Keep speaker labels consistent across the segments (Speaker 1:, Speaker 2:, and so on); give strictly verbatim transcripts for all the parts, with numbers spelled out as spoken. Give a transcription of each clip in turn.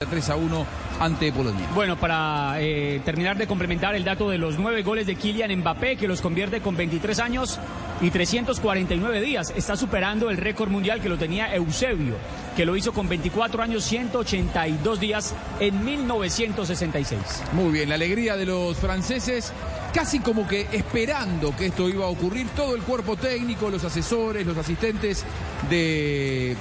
Speaker 1: tres a uno ante Polonia.
Speaker 2: Bueno, para eh, terminar de complementar el dato de los nueve goles de Kylian Mbappé, que los convierte con veintitrés años y trescientos cuarenta y nueve días, está superando el récord mundial que lo tenía Eusebio, que lo hizo con veinticuatro años, ciento ochenta y dos días en mil novecientos sesenta y seis.
Speaker 1: Muy bien, la alegría de los franceses, casi como que esperando que esto iba a ocurrir, todo el cuerpo técnico, los asesores, los asistentes de,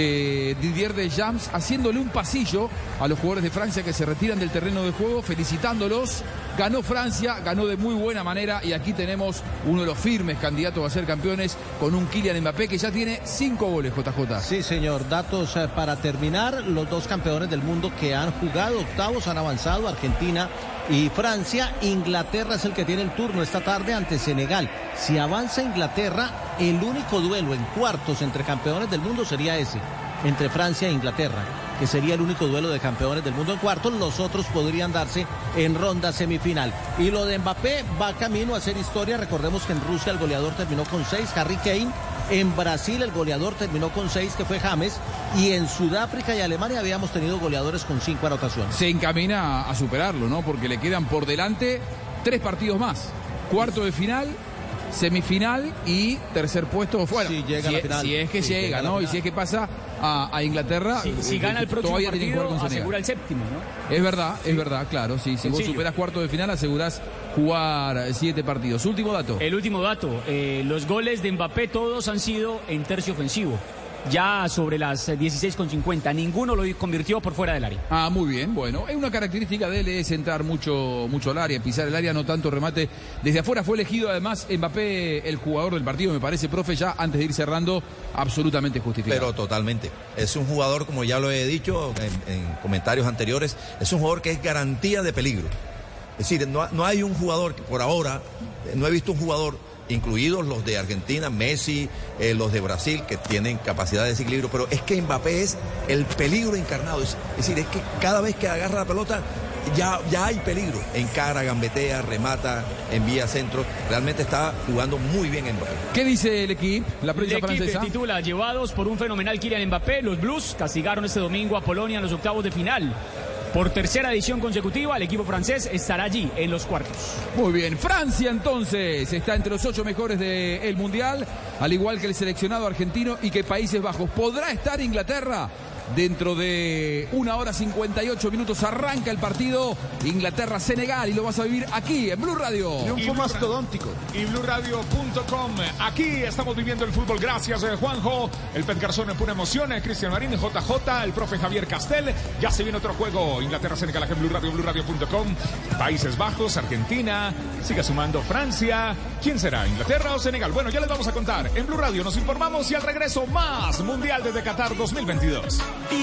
Speaker 1: de Didier Deschamps, haciéndole un pasillo a los jugadores de Francia que se retiran del terreno de juego, felicitándolos. Ganó Francia, ganó de muy buena manera y aquí tenemos uno de los firmes candidatos a ser campeones con un Kylian Mbappé que ya tiene cinco goles, J J.
Speaker 3: Sí, señor. Datos eh, para terminar, los dos campeones del mundo que han jugado octavos han avanzado, Argentina y Francia. Inglaterra es el que tiene el turno esta tarde ante Senegal. Si avanza Inglaterra, el único duelo en cuartos entre campeones del mundo sería ese, entre Francia e Inglaterra, que sería el único duelo de campeones del mundo en cuartos. Los otros podrían darse en ronda semifinal. Y lo de Mbappé va camino a hacer historia. Recordemos que en Rusia el goleador terminó con seis, Harry Kane. En Brasil el goleador terminó con seis, que fue James. Y en Sudáfrica y Alemania habíamos tenido goleadores con cinco anotaciones.
Speaker 1: Se encamina a superarlo, ¿no? Porque le quedan por delante tres partidos más. Cuarto de final, semifinal y tercer puesto fuera.
Speaker 3: Si llega
Speaker 1: si,
Speaker 3: a la final.
Speaker 1: Si es que
Speaker 3: si
Speaker 1: llega,
Speaker 3: llega
Speaker 1: ¿no? Y si es que pasa a, a Inglaterra.
Speaker 2: Si, si
Speaker 1: eh,
Speaker 2: gana el próximo
Speaker 1: todavía tiene que jugar
Speaker 2: partido,
Speaker 1: con Senegal.
Speaker 2: asegura el séptimo, ¿no?
Speaker 1: Es verdad, es verdad, claro. Sí, si vos
Speaker 2: Sencillo.
Speaker 1: superás cuarto de final, asegurás jugar siete partidos. Último dato.
Speaker 2: El último dato, eh, los goles de Mbappé todos han sido en tercio ofensivo. Ya sobre las dieciséis con cincuenta, ninguno lo convirtió por fuera del área.
Speaker 1: Ah, muy bien, bueno, es una característica de él, es entrar mucho, mucho al área, pisar el área, no tanto remate. Desde afuera fue elegido además Mbappé el jugador del partido, me parece, profe, ya antes de ir cerrando, absolutamente justificado.
Speaker 4: Pero totalmente. Es un jugador, como ya lo he dicho en, en comentarios anteriores, es un jugador que es garantía de peligro. Es decir, no, no hay un jugador que por ahora, no he visto un jugador, incluidos los de Argentina, Messi, eh, los de Brasil, que tienen capacidad de desequilibrio, pero es que Mbappé es el peligro encarnado. Es, es decir, es que cada vez que agarra la pelota ya, ya hay peligro. Encara, gambetea, remata, envía centro. Realmente está jugando muy bien Mbappé.
Speaker 1: ¿Qué dice el equipo? La prensa
Speaker 2: El equipo
Speaker 1: francesa
Speaker 2: titula: llevados por un fenomenal Kylian Mbappé, los Blues castigaron este domingo a Polonia en los octavos de final. Por tercera edición consecutiva, el equipo francés estará allí en los cuartos.
Speaker 1: Muy bien, Francia entonces está entre los ocho mejores del Mundial, al igual que el seleccionado argentino y que Países Bajos. ¿Podrá estar Inglaterra? Dentro de una hora cincuenta y ocho minutos arranca el partido Inglaterra-Senegal y lo vas a vivir aquí en Blue Radio.
Speaker 5: Triunfo mastodóntico. Y Blue Radio punto com. Aquí estamos viviendo el fútbol. Gracias, eh, Juanjo. El Pet Garzón en pura emoción. Eh, Cristian Marín, J J, el profe Javier Castel. Ya se viene otro juego. Inglaterra-Senegal aquí en Blue Radio, Blue Radio punto com. Países Bajos, Argentina. Sigue sumando Francia. ¿Quién será? ¿Inglaterra o Senegal? Bueno, ya les vamos a contar. En Blue Radio nos informamos y al regreso más Mundial desde Qatar dos mil veintidós.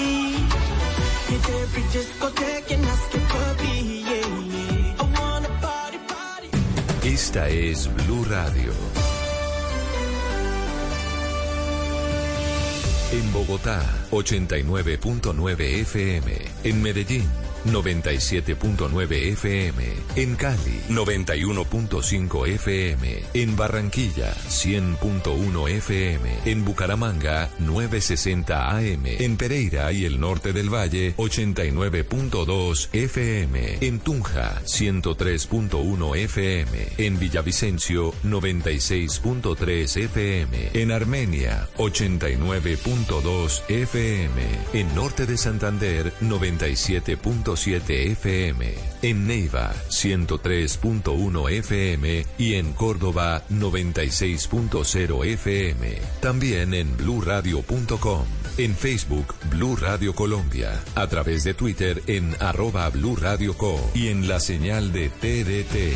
Speaker 6: Esta es Blue Radio. En Bogotá, ochenta y nueve punto nueve F M. En Medellín, noventa y siete punto nueve F M. En Cali, noventa y uno punto cinco F M. En Barranquilla, cien punto uno F M. En Bucaramanga, novecientos sesenta A M. En Pereira y el norte del Valle, ochenta y nueve punto dos F M. En Tunja, ciento tres punto uno F M. En Villavicencio, noventa y seis punto tres F M. En Armenia, ochenta y nueve punto dos F M. En Norte de Santander, noventa y siete punto siete F M. En Neiva, ciento tres punto uno F M. Y en Córdoba, noventa y seis punto cero F M. También en blue radio punto com. En Facebook, Blue Radio Colombia. A través de Twitter en arroba Blue Radio Co. Y en la señal de T D T.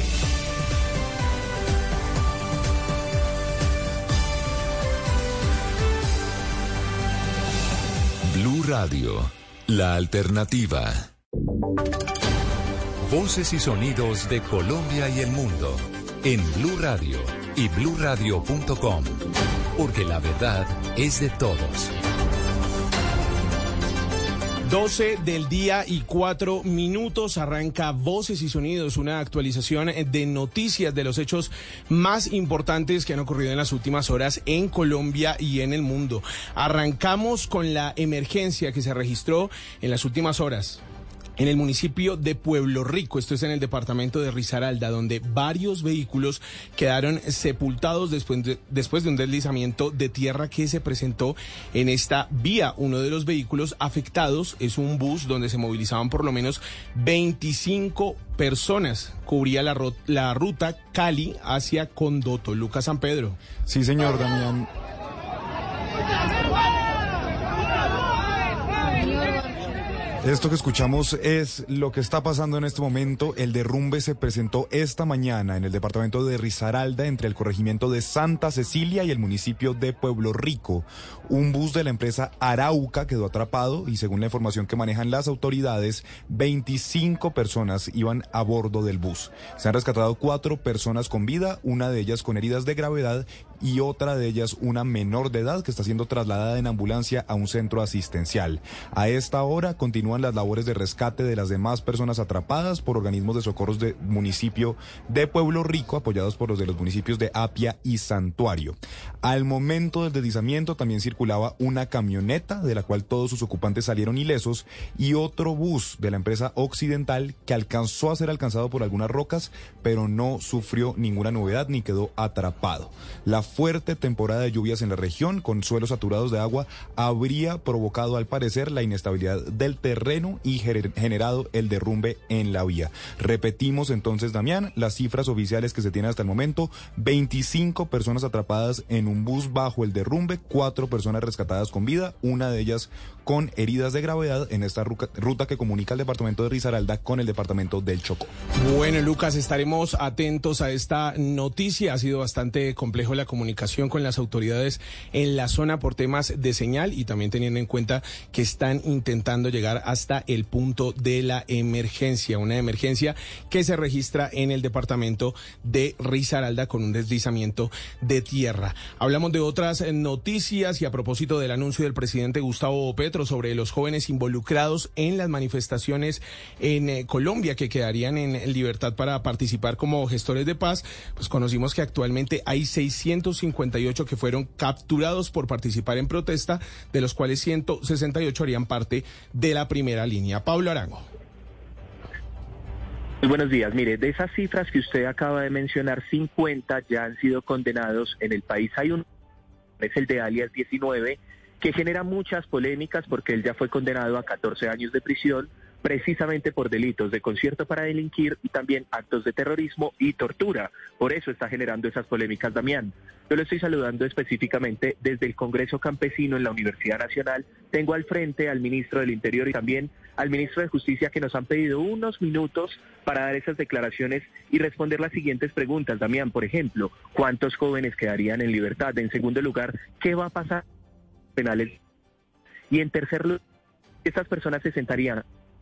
Speaker 6: Blue Radio, la alternativa. Voces y sonidos de Colombia y el mundo en Blue Radio y blue radio punto com, porque la verdad es de todos.
Speaker 7: doce del día y cuatro minutos arranca Voces y Sonidos, una actualización de noticias de los hechos más importantes que han ocurrido en las últimas horas en Colombia y en el mundo. Arrancamos con la emergencia que se registró en las últimas horas. en el municipio de Pueblo Rico, esto es en el departamento de Risaralda, donde varios vehículos quedaron sepultados después de, después de un deslizamiento de tierra que se presentó en esta vía. Uno de los vehículos afectados es un bus donde se movilizaban por lo menos veinticinco personas. Cubría la, la ruta Cali hacia Condoto. Lucas San Pedro.
Speaker 8: Sí, señor Damián. Esto que escuchamos es lo que está pasando en este momento. El derrumbe se presentó esta mañana en el departamento de Risaralda, entre el corregimiento de Santa Cecilia y el municipio de Pueblo Rico. Un bus de la empresa Arauca quedó atrapado y, según la información que manejan las autoridades, veinticinco personas iban a bordo del bus. Se han rescatado cuatro personas con vida, una de ellas con heridas de gravedad y otra de ellas una menor de edad que está siendo trasladada en ambulancia a un centro asistencial. A esta hora continúan las labores de rescate de las demás personas atrapadas por organismos de socorros del municipio de Pueblo Rico, apoyados por los de los municipios de Apia y Santuario. Al momento del deslizamiento también circulaba una camioneta de la cual todos sus ocupantes salieron ilesos y otro bus de la empresa Occidental que alcanzó a ser alcanzado por algunas rocas, pero no sufrió ninguna novedad ni quedó atrapado. La fuerte temporada de lluvias en la región, con suelos saturados de agua, habría provocado al parecer la inestabilidad del terreno y generado el derrumbe en la vía. Repetimos entonces, Damián, las cifras oficiales que se tienen hasta el momento: veinticinco personas atrapadas en un bus bajo el derrumbe, cuatro personas rescatadas con vida, una de ellas con heridas de gravedad en esta ruta que comunica el departamento de Risaralda con el departamento del Chocó.
Speaker 7: Bueno, Lucas, estaremos atentos a esta noticia. Ha sido bastante complejo la comunicación con las autoridades en la zona por temas de señal y también teniendo en cuenta que están intentando llegar hasta el punto de la emergencia, una emergencia que se registra en el departamento de Risaralda con un deslizamiento de tierra. Hablamos de otras noticias y a propósito del anuncio del presidente Gustavo Petro sobre los jóvenes involucrados en las manifestaciones en eh, Colombia que quedarían en libertad para participar como gestores de paz, pues conocimos que actualmente hay seiscientos cincuenta y ocho que fueron capturados por participar en protesta, de los cuales ciento sesenta y ocho harían parte de la primera línea. Pablo Arango.
Speaker 9: Muy buenos días. Mire, de esas cifras que usted acaba de mencionar, cincuenta ya han sido condenados en el país. Hay un, es el de alias diecinueve, que genera muchas polémicas porque él ya fue condenado a catorce años de prisión, precisamente por delitos de concierto para delinquir y también actos de terrorismo y tortura. Por eso está generando esas polémicas, Damián. Yo lo estoy saludando específicamente desde el Congreso Campesino en la Universidad Nacional. Tengo al frente al ministro del Interior y también al ministro de Justicia, que nos han pedido unos minutos para dar esas declaraciones y responder las siguientes preguntas, Damián. Por ejemplo, ¿cuántos jóvenes quedarían en libertad? En segundo lugar, ¿qué va a pasar con los penales? Y en tercer lugar, estas personas se sentarían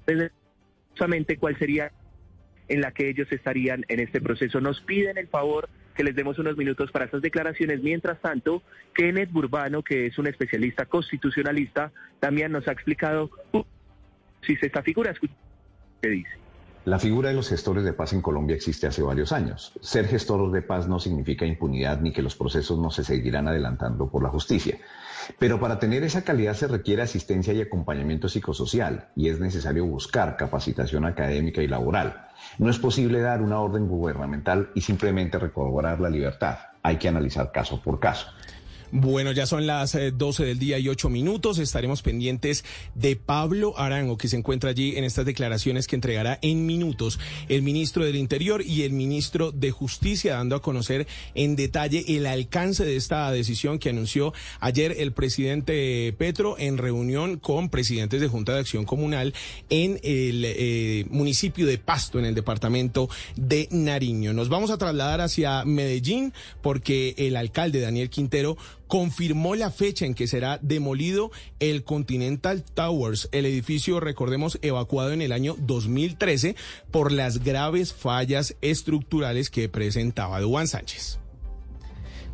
Speaker 9: justamente cuál sería en la que ellos estarían en este proceso. Nos piden el favor que les demos unos minutos para estas declaraciones. Mientras tanto, Kenneth Burbano, que es un especialista constitucionalista, también nos ha explicado uh, si esta figura, ¿qué dice?
Speaker 10: La figura de los gestores de paz en Colombia existe hace varios años. Ser gestor de paz no significa impunidad ni que los procesos no se seguirán adelantando por la justicia. Pero para tener esa calidad se requiere asistencia y acompañamiento psicosocial y es necesario buscar capacitación académica y laboral. No es posible dar una orden gubernamental y simplemente recobrar la libertad. Hay que analizar caso por caso.
Speaker 7: Bueno, ya son las doce del día y ocho minutos. Estaremos pendientes de Pablo Arango, que se encuentra allí en estas declaraciones que entregará en minutos el ministro del Interior y el ministro de Justicia, dando a conocer en detalle el alcance de esta decisión que anunció ayer el presidente Petro en reunión con presidentes de Junta de Acción Comunal en el eh, municipio de Pasto, en el departamento de Nariño. Nos vamos a trasladar hacia Medellín porque el alcalde Daniel Quintero confirmó la fecha en que será demolido el Continental Towers, el edificio, recordemos, evacuado en el año dos mil trece por las graves fallas estructurales que presentaba Duván Sánchez.
Speaker 11: Pues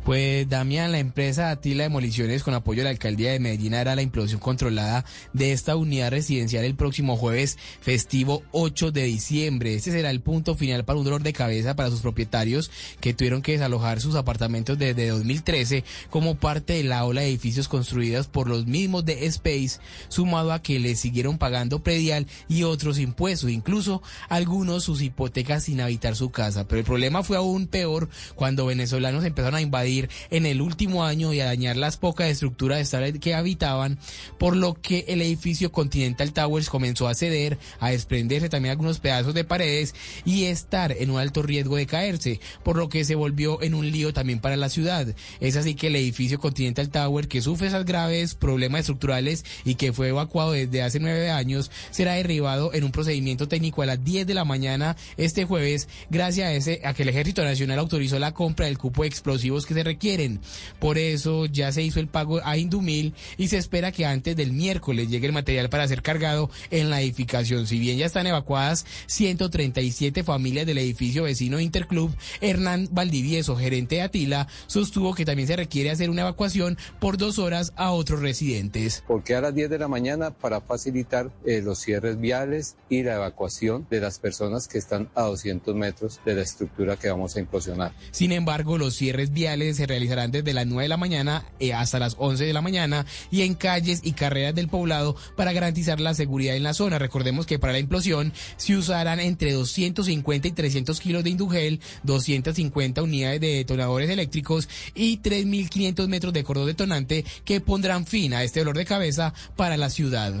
Speaker 11: Pues Damián, la empresa Atila Demoliciones con apoyo de la alcaldía de Medellín hará la implosión controlada de esta unidad residencial el próximo jueves festivo ocho de diciembre. Este será el punto final para un dolor de cabeza para sus propietarios que tuvieron que desalojar sus apartamentos desde dos mil trece como parte de la ola de edificios construidos por los mismos de Space, sumado a que les siguieron pagando predial y otros impuestos, incluso algunos sus hipotecas sin habitar su casa. Pero el problema fue aún peor cuando venezolanos empezaron a invadir en el último año y a dañar las pocas estructuras estables que habitaban, por lo que el edificio Continental Towers comenzó a ceder, a desprenderse también algunos pedazos de paredes y estar en un alto riesgo de caerse, por lo que se volvió en un lío también para la ciudad. Es así que el edificio Continental Tower, que sufre esas graves problemas estructurales y que fue evacuado desde hace nueve años, será derribado en un procedimiento técnico a las diez de la mañana este jueves, gracias a, ese, a que el Ejército Nacional autorizó la compra del cupo de explosivos que se requieren. Por eso ya se hizo el pago a Indumil y se espera que antes del miércoles llegue el material para ser cargado en la edificación. Si bien ya están evacuadas ciento treinta y siete familias del edificio vecino Interclub, Hernán Valdivieso, gerente de Atila, sostuvo que también se requiere hacer una evacuación por dos horas a otros residentes.
Speaker 12: Porque a las diez de la mañana para facilitar eh, los cierres viales y la evacuación de las personas que están a doscientos metros de la estructura que vamos a implosionar.
Speaker 11: Sin embargo, los cierres viales se realizarán desde las nueve de la mañana eh, hasta las once de la mañana y en calles y carreras del poblado para garantizar la seguridad en la zona. Recordemos que para la implosión se usarán entre doscientos cincuenta y trescientos kilos de indugel, doscientas cincuenta unidades de detonadores eléctricos y tres mil quinientos metros de cordón detonante que pondrán fin a este dolor de cabeza para la ciudad.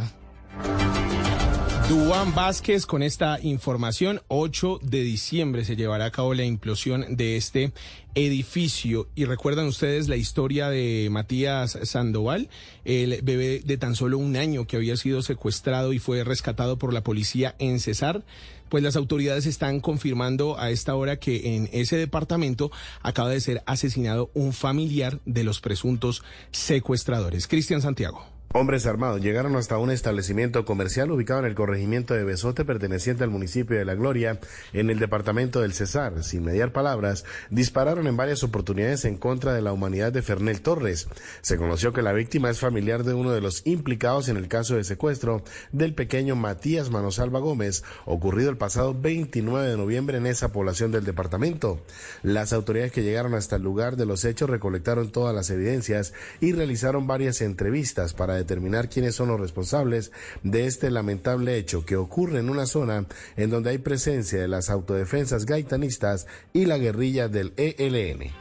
Speaker 7: Duan Vázquez con esta información. Ocho de diciembre se llevará a cabo la implosión de este edificio. Y recuerdan ustedes la historia de Matías Sandoval, el bebé de tan solo un año que había sido secuestrado y fue rescatado por la policía en Cesar. Pues las autoridades están confirmando a esta hora que en ese departamento acaba de ser asesinado un familiar de los presuntos secuestradores. Cristian Santiago.
Speaker 13: Hombres armados llegaron hasta un establecimiento comercial ubicado en el corregimiento de Besote, perteneciente al municipio de La Gloria, en el departamento del Cesar. Sin mediar palabras, dispararon en varias oportunidades en contra de la humanidad de Fernel Torres. Se conoció que la víctima es familiar de uno de los implicados en el caso de secuestro del pequeño Matías Manosalva Gómez, ocurrido el pasado veintinueve de noviembre en esa población del departamento. Las autoridades que llegaron hasta el lugar de los hechos recolectaron todas las evidencias y realizaron varias entrevistas para determinar quiénes son los responsables de este lamentable hecho que ocurre en una zona en donde hay presencia de las autodefensas gaitanistas y la guerrilla del E L N.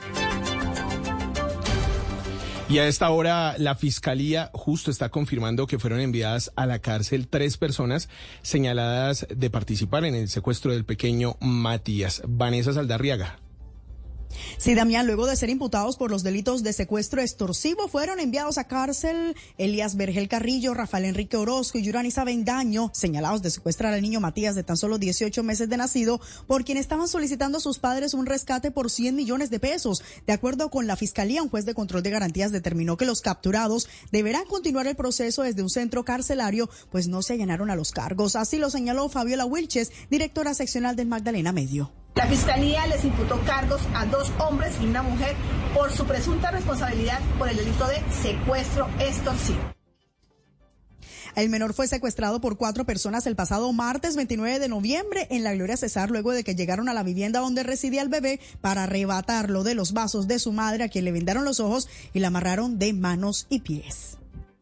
Speaker 7: Y a esta hora la Fiscalía justo está confirmando que fueron enviadas a la cárcel tres personas señaladas de participar en el secuestro del pequeño Matías. Vanessa Saldarriaga.
Speaker 14: Sí, Damián, luego de ser imputados por los delitos de secuestro extorsivo, fueron enviados a cárcel Elías Vergel Carrillo, Rafael Enrique Orozco y Yuranisa Bendaño, señalados de secuestrar al niño Matías de tan solo dieciocho meses de nacido, por quien estaban solicitando a sus padres un rescate por cien millones de pesos. De acuerdo con la Fiscalía, un juez de control de garantías determinó que los capturados deberán continuar el proceso desde un centro carcelario, pues no se allanaron a los cargos. Así lo señaló Fabiola Wilches, directora seccional del Magdalena Medio.
Speaker 15: La Fiscalía les imputó cargos a dos hombres y una mujer por su presunta responsabilidad por el delito de secuestro extorsivo.
Speaker 14: El menor fue secuestrado por cuatro personas el pasado martes veintinueve de noviembre en La Gloria Cesar, luego de que llegaron a la vivienda donde residía el bebé para arrebatarlo de los vasos de su madre, a quien le vendaron los ojos y la amarraron de manos y pies.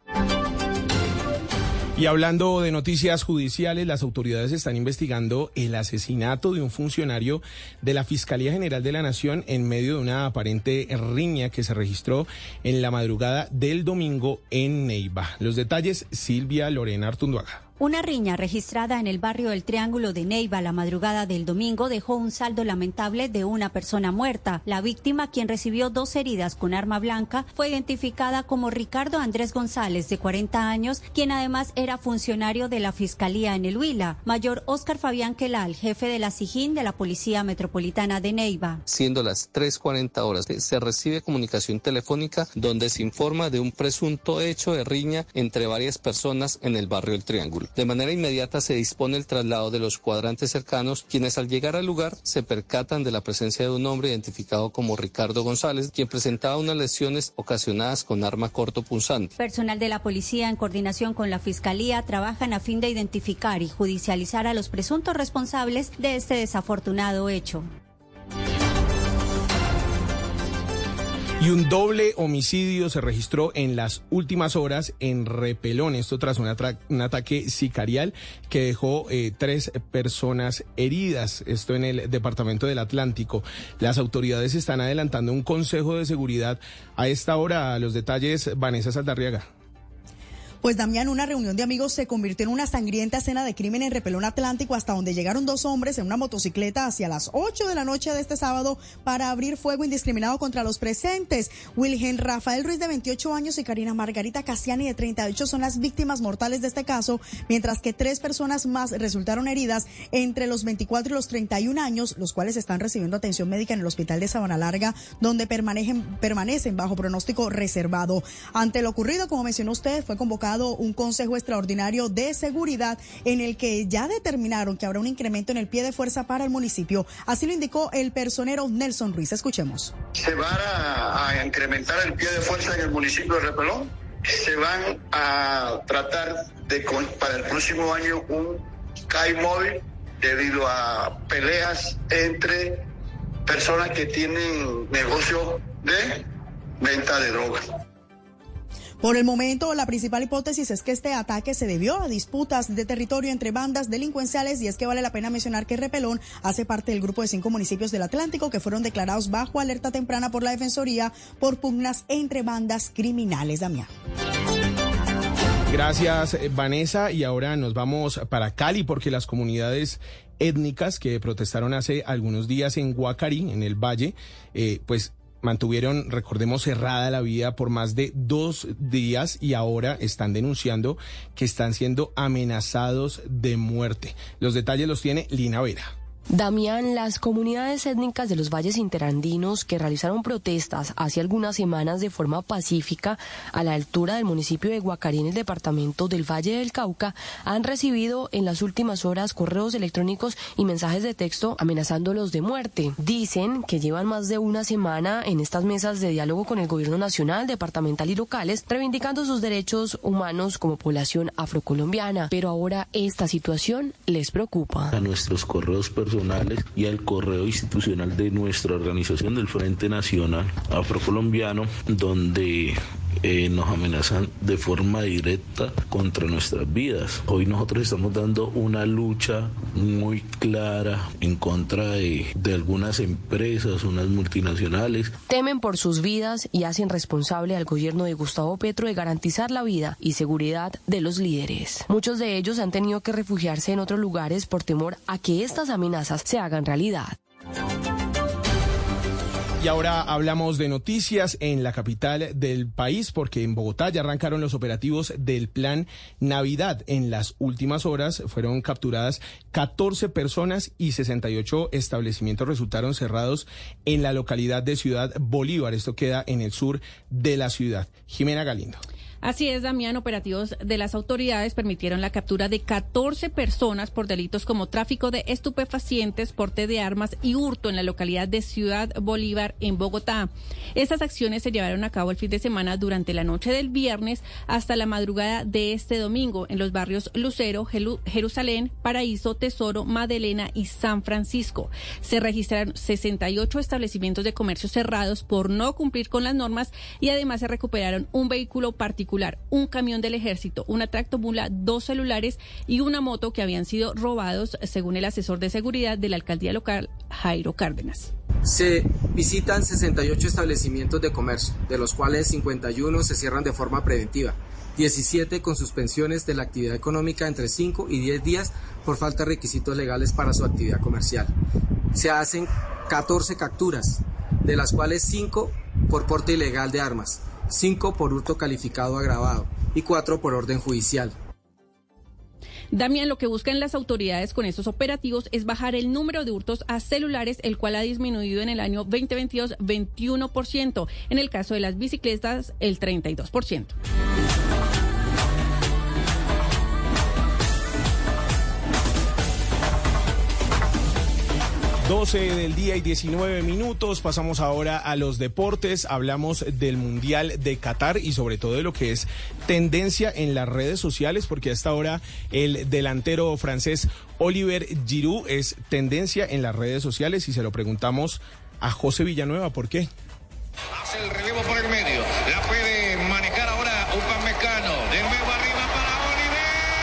Speaker 7: Y hablando de noticias judiciales, las autoridades están investigando el asesinato de un funcionario de la Fiscalía General de la Nación en medio de una aparente riña que se registró en la madrugada del domingo en Neiva. Los detalles, Silvia Lorena Artunduaga.
Speaker 16: Una riña registrada en el barrio del Triángulo de Neiva la madrugada del domingo dejó un saldo lamentable de una persona muerta. La víctima, quien recibió dos heridas con arma blanca, fue identificada como Ricardo Andrés González, de cuarenta años, quien además era funcionario de la Fiscalía en el Huila. Mayor Óscar Fabián Quelal, jefe de la SIJIN de la Policía Metropolitana de Neiva.
Speaker 17: Siendo las tres cuarenta horas, se recibe comunicación telefónica donde se informa de un presunto hecho de riña entre varias personas en el barrio del Triángulo. municipio. De manera inmediata se dispone el traslado de los cuadrantes cercanos, quienes al llegar al lugar se percatan de la presencia de un hombre identificado como Ricardo González, quien presentaba unas lesiones ocasionadas con arma cortopunzante.
Speaker 16: Personal de la policía, en coordinación con la Fiscalía, trabajan a fin de identificar y judicializar a los presuntos responsables de este desafortunado hecho.
Speaker 7: Y un doble homicidio se registró en las últimas horas en Repelón, esto tras un, un ataque sicarial que dejó eh, tres personas heridas, esto en el departamento del Atlántico. Las autoridades están adelantando un consejo de seguridad a esta hora. Los detalles, Vanessa Saldarriaga.
Speaker 14: Pues Damián, una reunión de amigos se convirtió en una sangrienta escena de crimen en Repelón Atlántico, hasta donde llegaron dos hombres en una motocicleta hacia las ocho de la noche de este sábado para abrir fuego indiscriminado contra los presentes. Wilgen Rafael Ruiz, de veintiocho años, y Karina Margarita Cassiani, de treinta y ocho, son las víctimas mortales de este caso, mientras que tres personas más resultaron heridas entre los veinticuatro y los treinta y un años, los cuales están recibiendo atención médica en el hospital de Sabana Larga, donde permanecen, permanecen bajo pronóstico reservado. Ante lo ocurrido, como mencionó usted, fue convocado un consejo extraordinario de seguridad en el que ya determinaron que habrá un incremento en el pie de fuerza para el municipio. Así lo indicó el personero Nelson Ruiz. Escuchemos.
Speaker 18: Se va a, a incrementar el pie de fuerza en el municipio de Repelón. Se van a tratar de, para el próximo año, un C A I móvil debido a peleas entre personas que tienen negocio de venta de drogas.
Speaker 14: Por el momento, la principal hipótesis es que este ataque se debió a disputas de territorio entre bandas delincuenciales, y es que vale la pena mencionar que Repelón hace parte del grupo de cinco municipios del Atlántico que fueron declarados bajo alerta temprana por la Defensoría por pugnas entre bandas criminales. Damián.
Speaker 7: Gracias, Vanessa. Y ahora nos vamos para Cali, porque las comunidades étnicas que protestaron hace algunos días en Guacarí, en el Valle, eh, pues mantuvieron, recordemos, cerrada la vía por más de dos días y ahora están denunciando que están siendo amenazados de muerte. Los detalles los tiene Lina Vera.
Speaker 19: Damián, las comunidades étnicas de los valles interandinos que realizaron protestas hace algunas semanas de forma pacífica a la altura del municipio de Guacarí, en el departamento del Valle del Cauca, han recibido en las últimas horas correos electrónicos y mensajes de texto amenazándolos de muerte. Dicen que llevan más de una semana en estas mesas de diálogo con el gobierno nacional, departamental y locales, reivindicando sus derechos humanos como población afrocolombiana, pero ahora esta situación les preocupa.
Speaker 20: A nuestros correos personales y al correo institucional de nuestra organización del Frente Nacional Afrocolombiano, donde eh, nos amenazan de forma directa contra nuestras vidas. Hoy nosotros estamos dando una lucha muy clara en contra de, de algunas empresas, unas multinacionales.
Speaker 19: Temen por sus vidas y hacen responsable al gobierno de Gustavo Petro de garantizar la vida y seguridad de los líderes. Muchos de ellos han tenido que refugiarse en otros lugares por temor a que estas amenazas se hagan realidad.
Speaker 7: Y ahora hablamos de noticias en la capital del país, porque en Bogotá ya arrancaron los operativos del Plan Navidad. En las últimas horas fueron capturadas catorce personas y sesenta y ocho establecimientos resultaron cerrados en la localidad de Ciudad Bolívar. Esto queda en el sur de la ciudad. Jimena Galindo.
Speaker 21: Así es, Damián, operativos de las autoridades permitieron la captura de catorce personas por delitos como tráfico de estupefacientes, porte de armas y hurto en la localidad de Ciudad Bolívar, en Bogotá. Estas acciones se llevaron a cabo el fin de semana durante la noche del viernes hasta la madrugada de este domingo en los barrios Lucero, Jerusalén, Paraíso, Tesoro, Madelena y San Francisco. Se registraron sesenta y ocho establecimientos de comercio cerrados por no cumplir con las normas y además se recuperaron un vehículo particular, un camión del ejército, una tractomula, dos celulares y una moto que habían sido robados, según el asesor de seguridad de la alcaldía local, Jairo Cárdenas.
Speaker 22: Se visitan sesenta y ocho establecimientos de comercio, de los cuales cincuenta y uno se cierran de forma preventiva, diecisiete con suspensiones de la actividad económica entre cinco y diez días por falta de requisitos legales para su actividad comercial. Se hacen catorce capturas, de las cuales cinco por porte ilegal de armas, cinco por hurto calificado agravado y cuatro por orden judicial.
Speaker 21: Damián, lo que buscan las autoridades con estos operativos es bajar el número de hurtos a celulares, el cual ha disminuido en el año veinte veintidós veintiuno por ciento, en el caso de las bicicletas el treinta y dos por ciento.
Speaker 7: doce del día y diecinueve minutos, pasamos ahora a los deportes, hablamos del Mundial de Qatar y sobre todo de lo que es tendencia en las redes sociales, porque hasta ahora el delantero francés Oliver Giroud es tendencia en las redes sociales y se lo preguntamos a José Villanueva, ¿por qué?
Speaker 3: Hace el relevo por el medio, la puede manejar ahora Upamecano, de nuevo arriba para Oliver.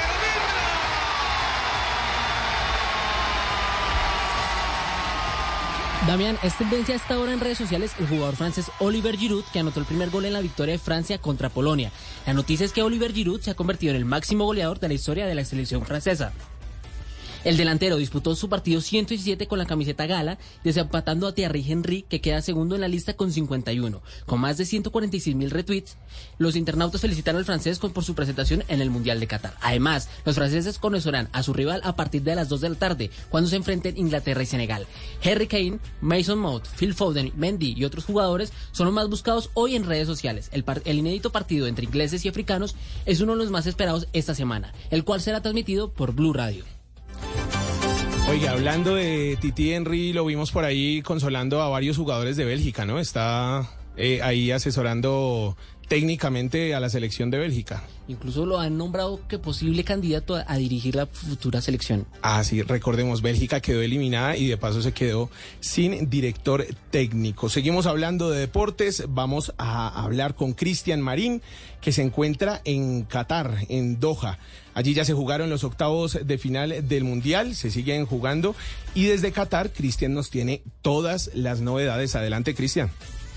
Speaker 4: Damián, es tendencia hasta ahora en redes sociales el jugador francés Oliver Giroud, que anotó el primer gol en la victoria de Francia contra Polonia. La noticia es que Oliver Giroud se ha convertido en el máximo goleador de la historia de la selección francesa. El delantero disputó su partido ciento diecisiete con la camiseta gala, desempatando a Thierry Henry, que queda segundo en la lista con cincuenta y uno. Con más de ciento cuarenta y seis mil retweets, los internautas felicitaron al francés por su presentación en el Mundial de Qatar. Además, los franceses conocerán a su rival a partir de las dos de la tarde, cuando se enfrenten Inglaterra y Senegal. Harry Kane, Mason Mount, Phil Foden, Mendy y otros jugadores son los más buscados hoy en redes sociales. El, par- el inédito partido entre ingleses y africanos es uno de los más esperados esta semana, el cual será transmitido por Blue Radio.
Speaker 7: Oiga, hablando de Titi Henry, lo vimos por ahí consolando a varios jugadores de Bélgica, ¿no? Está eh, ahí asesorando técnicamente a la selección de Bélgica.
Speaker 4: Incluso lo han nombrado que posible candidato a, a dirigir la futura selección.
Speaker 7: Ah, sí, recordemos, Bélgica quedó eliminada y de paso se quedó sin director técnico. Seguimos hablando de deportes, vamos a hablar con Cristian Marín, que se encuentra en Qatar, en Doha. Allí ya se jugaron los octavos de final del Mundial, se siguen jugando y desde Qatar, Cristian nos tiene todas las novedades. Adelante, Cristian.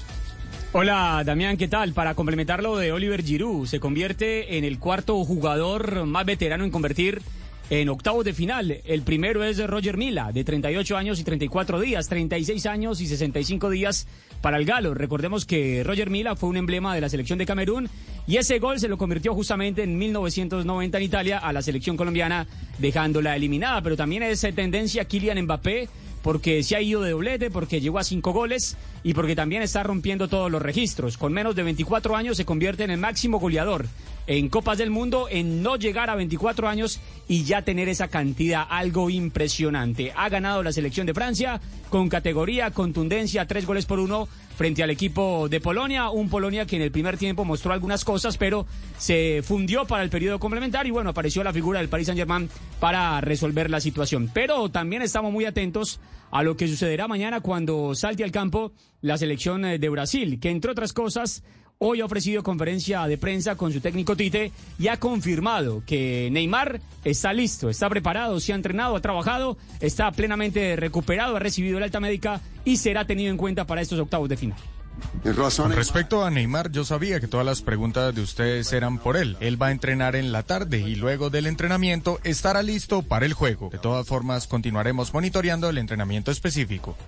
Speaker 2: Hola Damián, ¿qué tal? Para complementar lo de Oliver Giroud, se convierte en el cuarto jugador más veterano en convertir en octavos de final. El primero es Roger Milla, de treinta y ocho años y treinta y cuatro días, treinta y seis años y sesenta y cinco días para el galo. Recordemos que Roger Milla fue un emblema de la selección de Camerún y ese gol se lo convirtió justamente en mil novecientos noventa en Italia a la selección colombiana, dejándola eliminada. Pero también es tendencia Kylian Mbappé, porque se ha ido de doblete, porque llegó a cinco goles y porque también está rompiendo todos los registros. Con menos de veinticuatro años se convierte en el máximo goleador en Copas del Mundo, en no llegar a veinticuatro años y ya tener esa cantidad, algo impresionante. Ha ganado la selección de Francia con categoría, contundencia, tres goles por uno frente al equipo de Polonia, un Polonia que en el primer tiempo mostró algunas cosas, pero se fundió para el periodo complementario y bueno, apareció la figura del Paris Saint-Germain para resolver la situación. Pero también estamos muy atentos a lo que sucederá mañana cuando salte al campo la selección de Brasil, que entre otras cosas hoy ha ofrecido conferencia de prensa con su técnico Tite y ha confirmado que Neymar está listo, está preparado, se ha entrenado, ha trabajado, está plenamente recuperado, ha recibido el alta médica y será tenido en cuenta para estos octavos de final.
Speaker 23: Con respecto a Neymar, yo sabía que todas las preguntas de ustedes eran por él. Él va a entrenar en la tarde y luego del entrenamiento estará listo para el juego. De todas formas, continuaremos monitoreando el entrenamiento específico.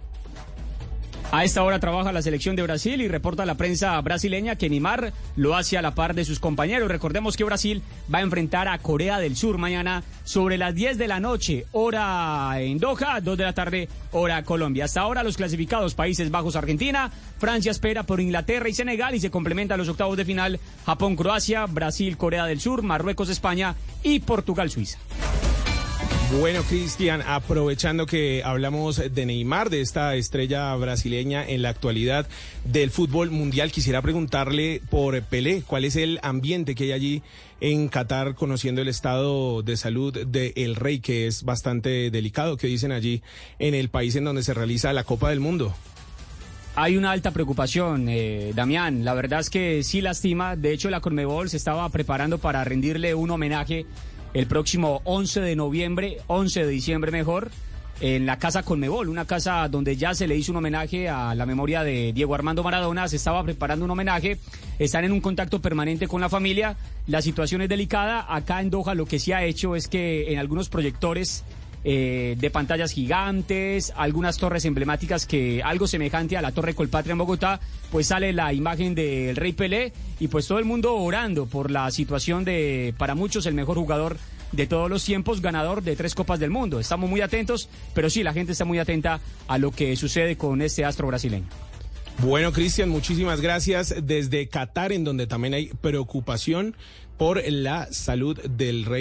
Speaker 2: A esta hora trabaja la selección de Brasil y reporta la prensa brasileña que Neymar lo hace a la par de sus compañeros. Recordemos que Brasil va a enfrentar a Corea del Sur mañana sobre las diez de la noche, hora en Doha, dos de la tarde, hora Colombia. Hasta ahora los clasificados Países Bajos, Argentina, Francia espera por Inglaterra y Senegal y se complementan los octavos de final Japón, Croacia, Brasil, Corea del Sur, Marruecos, España y Portugal, Suiza.
Speaker 7: Bueno, Cristian, aprovechando que hablamos de Neymar, de esta estrella brasileña en la actualidad del fútbol mundial, quisiera preguntarle por Pelé, ¿cuál es el ambiente que hay allí en Qatar, conociendo el estado de salud de El Rey, que es bastante delicado? ¿Qué dicen allí en el país en donde se realiza la Copa del Mundo?
Speaker 2: Hay una alta preocupación, eh, Damián. La verdad es que sí lastima. De hecho, la Conmebol se estaba preparando para rendirle un homenaje el próximo once de noviembre, once de diciembre mejor, en la Casa Conmebol, una casa donde ya se le hizo un homenaje a la memoria de Diego Armando Maradona. Se estaba preparando un homenaje, están en un contacto permanente con la familia. La situación es delicada. Acá en Doha lo que se ha hecho es que en algunos proyectores Eh, de pantallas gigantes, algunas torres emblemáticas, que algo semejante a la Torre Colpatria en Bogotá, pues sale la imagen del Rey Pelé y pues todo el mundo orando por la situación de, para muchos, el mejor jugador de todos los tiempos, ganador de tres Copas del Mundo. Estamos muy atentos, pero sí, la gente está muy atenta a lo que sucede con este astro brasileño.
Speaker 7: Bueno, Cristian, muchísimas gracias desde Qatar, en donde también hay preocupación por la salud del Rey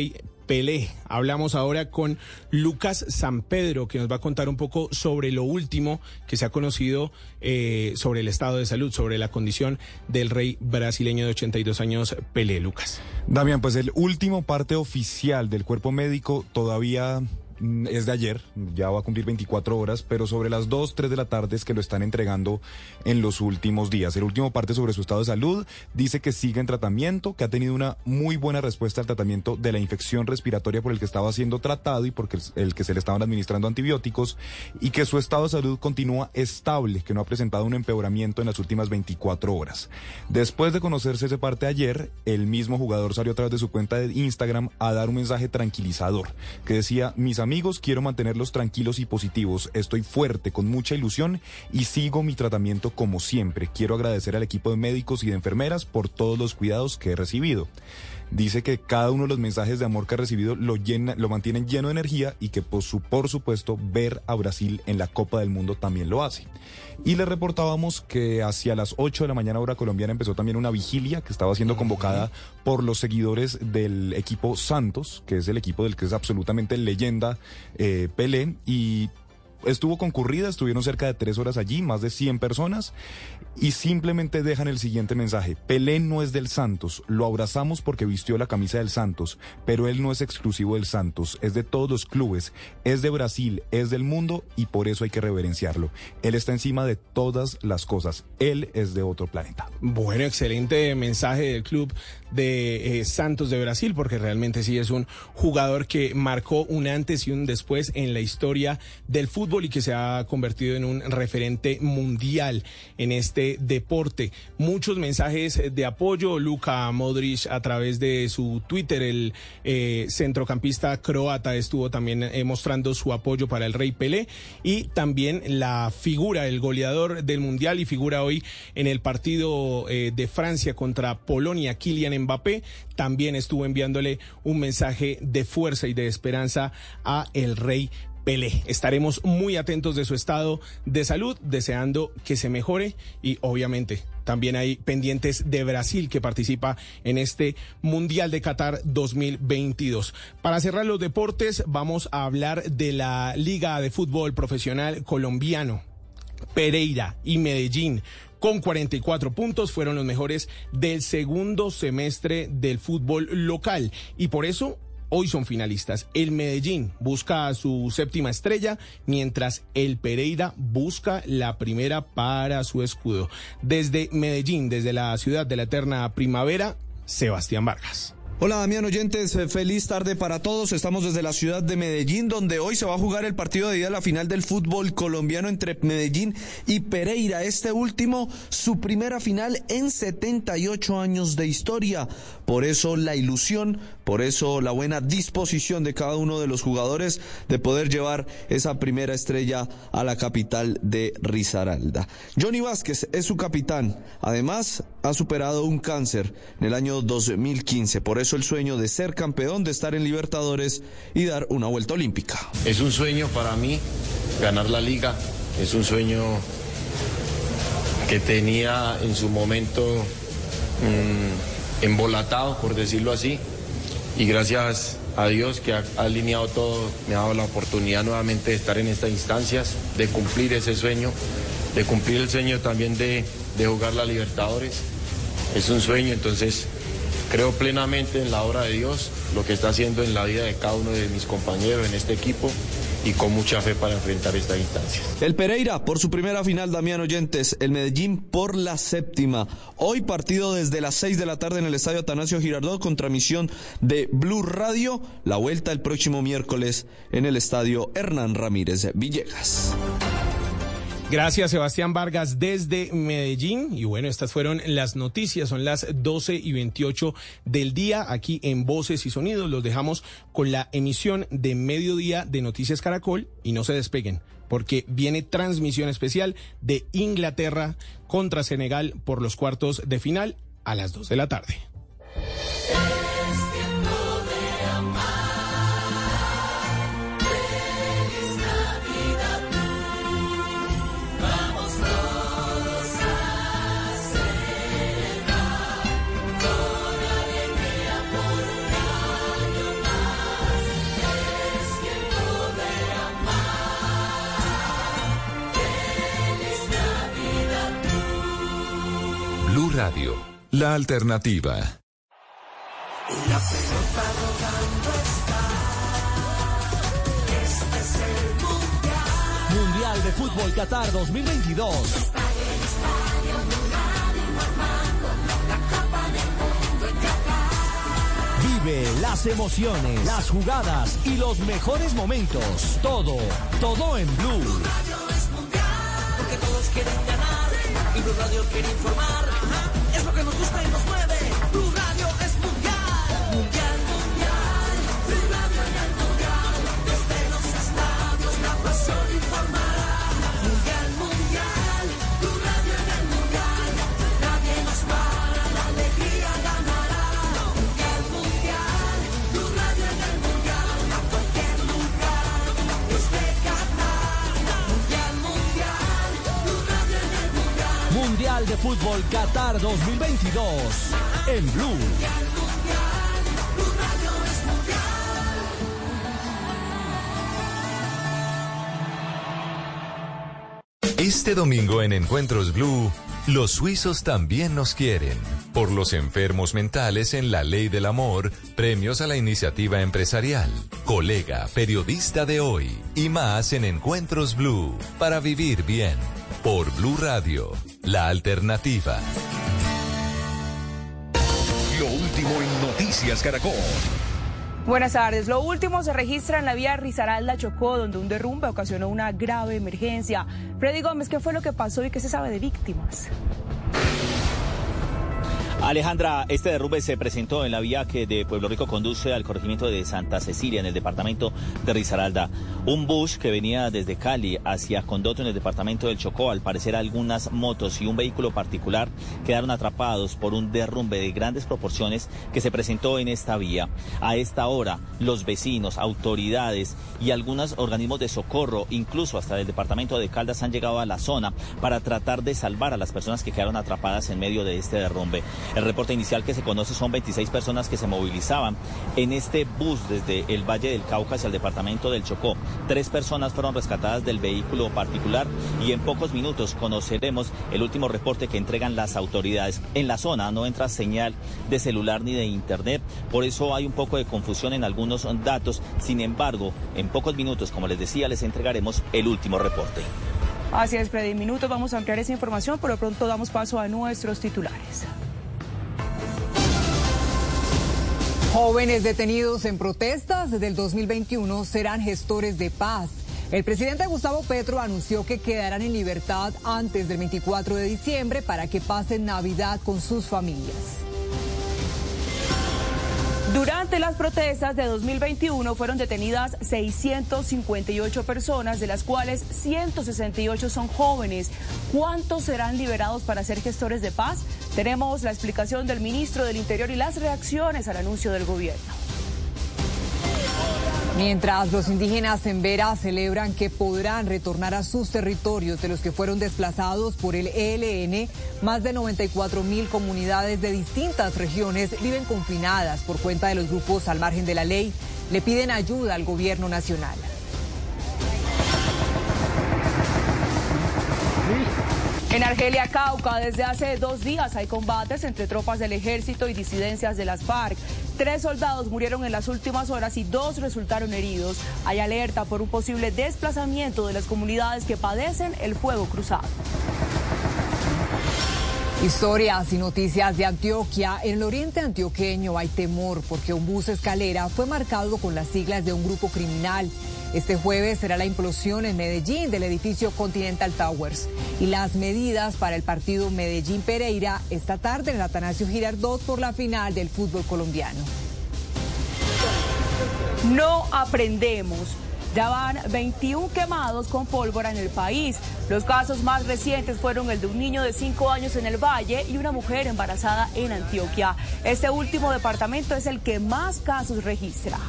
Speaker 7: Pelé. Hablamos ahora con Lucas Sampedro, que nos va a contar un poco sobre lo último que se ha conocido eh, sobre el estado de salud, sobre la condición del rey brasileño de ochenta y dos años, Pelé. Lucas.
Speaker 8: Damián, pues el último parte oficial del cuerpo médico todavía es de ayer, ya va a cumplir veinticuatro horas, pero sobre las dos, tres de la tarde es que lo están entregando en los últimos días. El último parte sobre su estado de salud dice que sigue en tratamiento, que ha tenido una muy buena respuesta al tratamiento de la infección respiratoria por el que estaba siendo tratado y por el que se le estaban administrando antibióticos, y que su estado de salud continúa estable, que no ha presentado un empeoramiento en las últimas veinticuatro horas. Después de conocerse ese parte ayer, el mismo jugador salió a través de su cuenta de Instagram a dar un mensaje tranquilizador, que decía: mis amigos, quiero mantenerlos tranquilos y positivos. Estoy fuerte, con mucha ilusión y sigo mi tratamiento como siempre. Quiero agradecer al equipo de médicos y de enfermeras por todos los cuidados que he recibido. Dice que cada uno de los mensajes de amor que ha recibido lo llena, lo mantienen lleno de energía, y que por, su, por supuesto ver a Brasil en la Copa del Mundo también lo hace. Y le reportábamos que hacia las ocho de la mañana hora colombiana empezó también una vigilia que estaba siendo convocada por los seguidores del equipo Santos, que es el equipo del que es absolutamente leyenda eh, Pelé, y estuvo concurrida, estuvieron cerca de tres horas allí, más de cien personas, y simplemente dejan el siguiente mensaje: Pelé no es del Santos, lo abrazamos porque vistió la camisa del Santos, pero él no es exclusivo del Santos, es de todos los clubes, es de Brasil, es del mundo, y por eso hay que reverenciarlo. Él está encima de todas las cosas, él es de otro planeta.
Speaker 7: Bueno, excelente mensaje del club de eh, Santos de Brasil, porque realmente sí es un jugador que marcó un antes y un después en la historia del fútbol y que se ha convertido en un referente mundial en este deporte. Muchos mensajes de apoyo. Luka Modric, a través de su Twitter, el eh, centrocampista croata, estuvo también eh, mostrando su apoyo para el rey Pelé, y también la figura, el goleador del mundial y figura hoy en el partido eh, de Francia contra Polonia, Kylian Mbappé, también estuvo enviándole un mensaje de fuerza y de esperanza a el rey Pelé. Estaremos muy atentos de su estado de salud, deseando que se mejore, y obviamente también hay pendientes de Brasil, que participa en este Mundial de Qatar dos mil veintidós. Para cerrar los deportes, vamos a hablar de la Liga de Fútbol Profesional Colombiano. Pereira y Medellín, con cuarenta y cuatro puntos, fueron los mejores del segundo semestre del fútbol local, y por eso hoy son finalistas. El Medellín busca su séptima estrella, mientras el Pereira busca la primera para su escudo. Desde Medellín, desde la ciudad de la eterna primavera, Sebastián Vargas.
Speaker 1: Hola Damián, oyentes, feliz tarde para todos. Estamos desde la ciudad de Medellín, donde hoy se va a jugar el partido de ida a la final del fútbol colombiano entre Medellín y Pereira. Este último, su primera final en setenta y ocho años de historia. Por eso la ilusión, por eso la buena disposición de cada uno de los jugadores de poder llevar esa primera estrella a la capital de Risaralda. Johnny Vázquez es su capitán. Además, ha superado un cáncer en el año dos mil quince. Por eso el sueño de ser campeón, de estar en Libertadores y dar una vuelta olímpica.
Speaker 5: Es un sueño para mí ganar la liga, es un sueño que tenía en su momento mmm, embolatado, por decirlo así, y gracias a Dios que ha, ha alineado todo, me ha dado la oportunidad nuevamente de estar en estas instancias, de cumplir ese sueño, de cumplir el sueño también de, de jugar la Libertadores. Es un sueño, entonces creo plenamente en la obra de Dios, lo que está haciendo en la vida de cada uno de mis compañeros en este equipo, y con mucha fe para enfrentar esta instancia.
Speaker 1: El Pereira por su primera final, Damián, oyentes, el Medellín por la séptima. Hoy partido desde las seis de la tarde en el Estadio Atanasio Girardot, con transmisión de Blue Radio. La vuelta el próximo miércoles en el Estadio Hernán Ramírez Villegas.
Speaker 7: Gracias, Sebastián Vargas, desde Medellín. Y bueno, estas fueron las noticias. Son las doce y veintiocho del día aquí en Voces y Sonidos. Los dejamos con la emisión de mediodía de Noticias Caracol, y no se despeguen, porque viene transmisión especial de Inglaterra contra Senegal por los cuartos de final a las dos de la tarde.
Speaker 6: Radio, la alternativa.
Speaker 9: La pelota rodando está. Este es el Mundial.
Speaker 10: Mundial de Fútbol Qatar dos mil veintidós.
Speaker 9: Está el estadio Blue Radio informando la Copa del Mundo en Qatar.
Speaker 10: Vive las emociones, las jugadas y los mejores momentos. Todo, todo en Blue.
Speaker 9: Blue Radio es mundial, porque todos quieren ganar y Blue Radio quiere informar. Ajá, es lo que nos gusta y nos mueve. Blue Radio es mundial, mundial, mundial. Blue Radio en el mundial, desde los estadios la pasión informará. Mundial, mundial, Blue Radio en el mundial. Nadie nos para, la alegría ganará. Mundial, mundial, Blue Radio en el mundial. A cualquier lugar, desde Qatar. Mundial, mundial, Blue Radio en el mundial.
Speaker 10: Mundial de Fútbol Qatar dos mil veintidós en Blue.
Speaker 9: Mundial, mundial, Blue Radio es mundial.
Speaker 6: Este domingo en Encuentros Blue, los suizos también nos quieren. Por los enfermos mentales en La Ley del Amor, premios a la iniciativa empresarial, colega, periodista de hoy y más en Encuentros Blue, para vivir bien. Por Blue Radio, la alternativa.
Speaker 24: Lo último en Noticias Caracol.
Speaker 25: Buenas tardes. Lo último se registra en la vía Risaralda-Chocó, donde un derrumbe ocasionó una grave emergencia. Freddy Gómez, ¿qué fue lo que pasó y qué se sabe de víctimas?
Speaker 26: Alejandra, este derrumbe se presentó en la vía que de Pueblo Rico conduce al corregimiento de Santa Cecilia, en el departamento de Risaralda. Un bus que venía desde Cali hacia Condoto, en el departamento del Chocó. Al parecer, algunas motos y un vehículo particular quedaron atrapados por un derrumbe de grandes proporciones que se presentó en esta vía. A esta hora, los vecinos, autoridades y algunos organismos de socorro, incluso hasta del departamento de Caldas, han llegado a la zona para tratar de salvar a las personas que quedaron atrapadas en medio de este derrumbe. El reporte inicial que se conoce son veintiséis personas que se movilizaban en este bus desde el Valle del Cauca hacia el departamento del Chocó. Tres personas fueron rescatadas del vehículo particular y en pocos minutos conoceremos el último reporte que entregan las autoridades. En la zona no entra señal de celular ni de internet, por eso hay un poco de confusión en algunos datos. Sin embargo, en pocos minutos, como les decía, les entregaremos el último reporte.
Speaker 25: Así es, Freddy. En minutos vamos a ampliar esa información, pero de pronto damos paso a nuestros titulares.
Speaker 27: Jóvenes detenidos en protestas desde el dos mil veintiuno serán gestores de paz. El presidente Gustavo Petro anunció que quedarán en libertad antes del veinticuatro de diciembre para que pasen Navidad con sus familias.
Speaker 25: Durante las protestas de dos mil veintiuno fueron detenidas seiscientas cincuenta y ocho personas, de las cuales ciento sesenta y ocho son jóvenes. ¿Cuántos serán liberados para ser gestores de paz? Tenemos la explicación del ministro del Interior y las reacciones al anuncio del gobierno.
Speaker 27: Mientras los indígenas en Vera celebran que podrán retornar a sus territorios de los que fueron desplazados por el E L N, más de noventa y cuatro mil comunidades de distintas regiones viven confinadas por cuenta de los grupos al margen de la ley. Le piden ayuda al gobierno nacional.
Speaker 25: En Argelia, Cauca, desde hace dos días hay combates entre tropas del ejército y disidencias de las FARC. Tres soldados murieron en las últimas horas y dos resultaron heridos. Hay alerta por un posible desplazamiento de las comunidades que padecen el fuego cruzado.
Speaker 27: Historias y noticias de Antioquia. En el oriente antioqueño hay temor porque un bus escalera fue marcado con las siglas de un grupo criminal. Este jueves será la implosión en Medellín del edificio Continental Towers. Y las medidas para el partido Medellín-Pereira esta tarde en el Atanasio Girardot por la final del fútbol colombiano.
Speaker 25: No aprendemos. Ya van veintiún quemados con pólvora en el país. Los casos más recientes fueron el de un niño de cinco años en el Valle y una mujer embarazada en Antioquia. Este último departamento es el que más casos registra.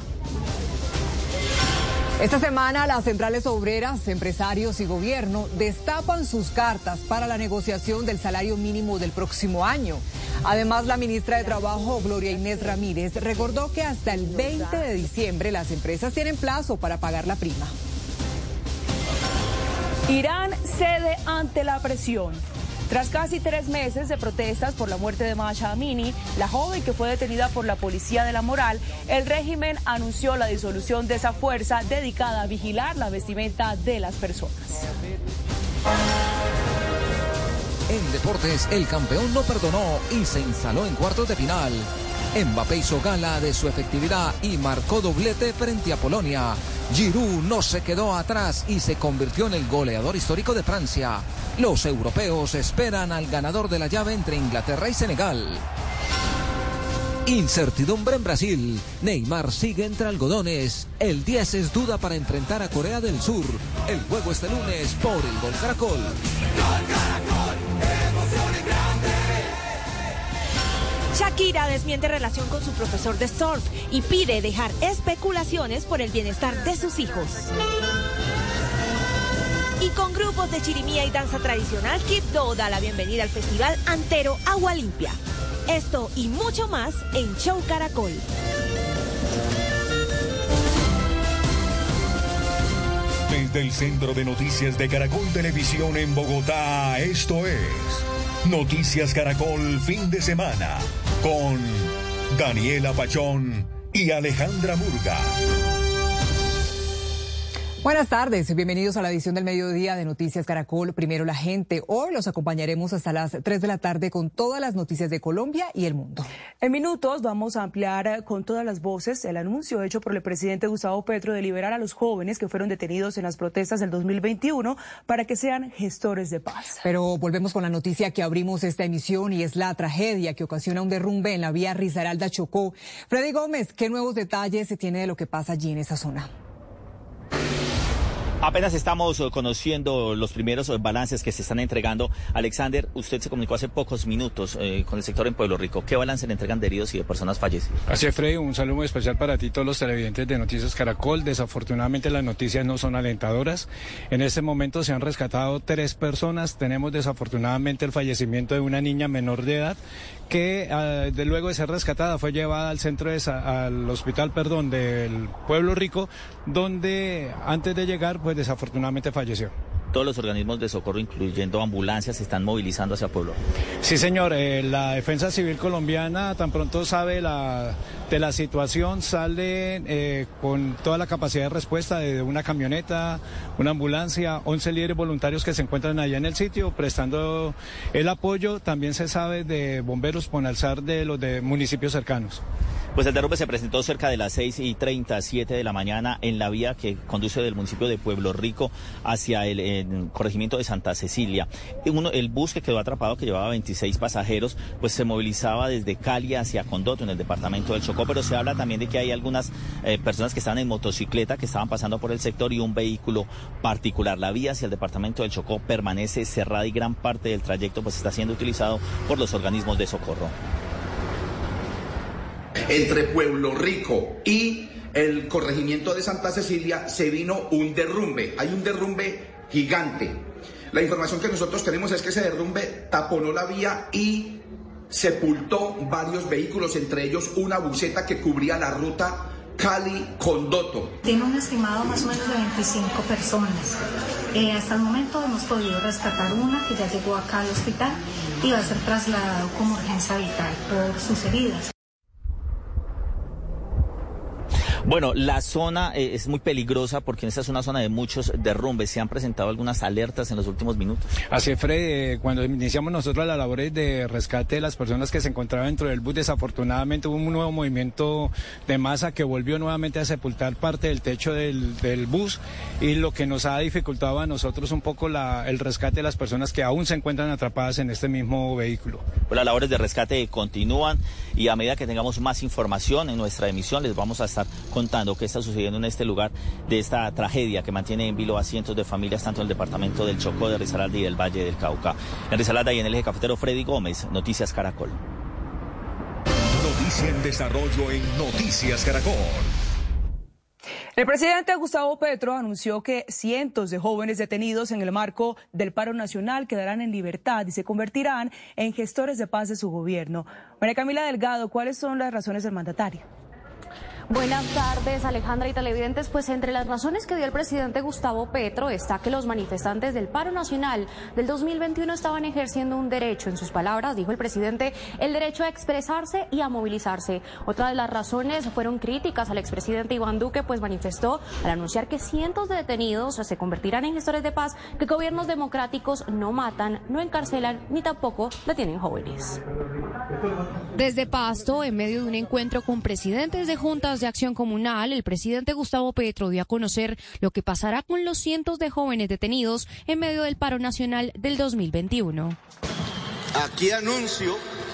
Speaker 27: Esta semana las centrales obreras, empresarios y gobierno destapan sus cartas para la negociación del salario mínimo del próximo año. Además, la ministra de Trabajo, Gloria Inés Ramírez, recordó que hasta el veinte de diciembre las empresas tienen plazo para pagar la prima.
Speaker 25: Irán cede ante la presión. Tras casi tres meses de protestas por la muerte de Masha Amini, la joven que fue detenida por la Policía de la Moral, el régimen anunció la disolución de esa fuerza dedicada a vigilar la vestimenta de las personas.
Speaker 11: En deportes, el campeón no perdonó y se instaló en cuartos de final. Mbappé hizo gala de su efectividad y marcó doblete frente a Polonia. Giroud no se quedó atrás y se convirtió en el goleador histórico de Francia. Los europeos esperan al ganador de la llave entre Inglaterra y Senegal. Incertidumbre en Brasil. Neymar sigue entre algodones. El diez es duda para enfrentar a Corea del Sur. El juego este lunes por el Gol Caracol. Gol Caracol, emoción grande.
Speaker 12: Shakira desmiente relación con su profesor de surf y pide dejar especulaciones por el bienestar de sus hijos. Y con grupos de chirimía y danza tradicional, Quibdó da la bienvenida al festival Antero Agua Limpia. Esto y mucho más en Show Caracol.
Speaker 24: Desde el Centro de Noticias de Caracol Televisión en Bogotá, esto es Noticias Caracol Fin de Semana con Daniela Pachón y Alejandra Murga.
Speaker 27: Buenas tardes, bienvenidos a la edición del mediodía de Noticias Caracol, Primero la Gente. Hoy los acompañaremos hasta las tres de la tarde con todas las noticias de Colombia y el mundo.
Speaker 25: En minutos vamos a ampliar con todas las voces el anuncio hecho por el presidente Gustavo Petro de liberar a los jóvenes que fueron detenidos en las protestas del dos mil veintiuno para que sean gestores de paz.
Speaker 27: Pero volvemos con la noticia que abrimos esta emisión y es la tragedia que ocasiona un derrumbe en la vía Risaralda-Chocó. Freddy Gómez, ¿qué nuevos detalles se tiene de lo que pasa allí en esa zona?
Speaker 26: Apenas estamos conociendo los primeros balances que se están entregando. Alexander, usted se comunicó hace pocos minutos eh, con el sector en Pueblo Rico. ¿Qué balance le entregan de heridos y de personas fallecidas?
Speaker 13: Así es, Freddy, un saludo muy especial para ti, todos los televidentes de Noticias Caracol. Desafortunadamente las noticias no son alentadoras. En este momento se han rescatado tres personas. Tenemos desafortunadamente el fallecimiento de una niña menor de edad que uh, de luego de ser rescatada fue llevada al centro de al hospital, perdón, del Pueblo Rico, donde antes de llegar pues desafortunadamente falleció.
Speaker 26: Todos los organismos de socorro, incluyendo ambulancias, se están movilizando hacia Pueblo.
Speaker 13: Sí, señor. Eh, la Defensa Civil colombiana tan pronto sabe la, de la situación, sale eh, con toda la capacidad de respuesta de una camioneta, una ambulancia, once líderes voluntarios que se encuentran allá en el sitio prestando el apoyo. También se sabe de bomberos Ponalzar de los de municipios cercanos.
Speaker 26: Pues el derrumbe se presentó cerca de las seis y treinta, siete de la mañana en la vía que conduce del municipio de Pueblo Rico hacia el, el corregimiento de Santa Cecilia. Uno, el bus que quedó atrapado, que llevaba veintiséis pasajeros, pues se movilizaba desde Cali hacia Condoto, en el departamento del Chocó, pero se habla también de que hay algunas eh, personas que estaban en motocicleta, que estaban pasando por el sector y un vehículo particular. La vía hacia el departamento del Chocó permanece cerrada y gran parte del trayecto pues está siendo utilizado por los organismos de socorro.
Speaker 15: Entre Pueblo Rico y el corregimiento de Santa Cecilia se vino un derrumbe, hay un derrumbe gigante. La información que nosotros tenemos es que ese derrumbe taponó la vía y sepultó varios vehículos, entre ellos una buseta que cubría la ruta Cali-Condoto.
Speaker 16: Tiene un estimado más o menos de veinticinco personas. Eh, hasta el momento hemos podido rescatar una que ya llegó acá al hospital y va a ser trasladado como urgencia vital por sus heridas.
Speaker 26: Bueno, la zona eh, es muy peligrosa porque esta es una zona de muchos derrumbes. ¿Se han presentado algunas alertas en los últimos minutos?
Speaker 13: Así es, Fred. Eh, cuando iniciamos nosotros las labores de rescate de las personas que se encontraban dentro del bus, desafortunadamente hubo un nuevo movimiento de masa que volvió nuevamente a sepultar parte del techo del, del bus, y lo que nos ha dificultado a nosotros un poco la, el rescate de las personas que aún se encuentran atrapadas en este mismo vehículo.
Speaker 26: Pues las labores de rescate continúan y a medida que tengamos más información en nuestra emisión les vamos a estar contando qué está sucediendo en este lugar de esta tragedia que mantiene en vilo a cientos de familias tanto en el departamento del Chocó, de Risaralda y del Valle del Cauca. En Risaralda y en el eje cafetero, Freddy Gómez, Noticias Caracol.
Speaker 24: Noticia en desarrollo en Noticias Caracol.
Speaker 25: El presidente Gustavo Petro anunció que cientos de jóvenes detenidos en el marco del paro nacional quedarán en libertad y se convertirán en gestores de paz de su gobierno. María Camila Delgado, ¿cuáles son las razones del mandatario?
Speaker 14: Buenas tardes, Alejandra y televidentes. Pues entre las razones que dio el presidente Gustavo Petro está que los manifestantes del paro nacional del dos mil veintiuno estaban ejerciendo un derecho. En sus palabras, dijo el presidente, el derecho a expresarse y a movilizarse. Otra de las razones fueron críticas al expresidente Iván Duque, pues manifestó al anunciar que cientos de detenidos se convertirán en gestores de paz, que gobiernos democráticos no matan, no encarcelan ni tampoco detienen jóvenes. Desde Pasto, en medio de un encuentro con presidentes de juntas de acción comunal, el presidente Gustavo Petro dio a conocer lo que pasará con los cientos de jóvenes detenidos en medio del paro nacional del dos mil veintiuno.
Speaker 17: Aquí anuncio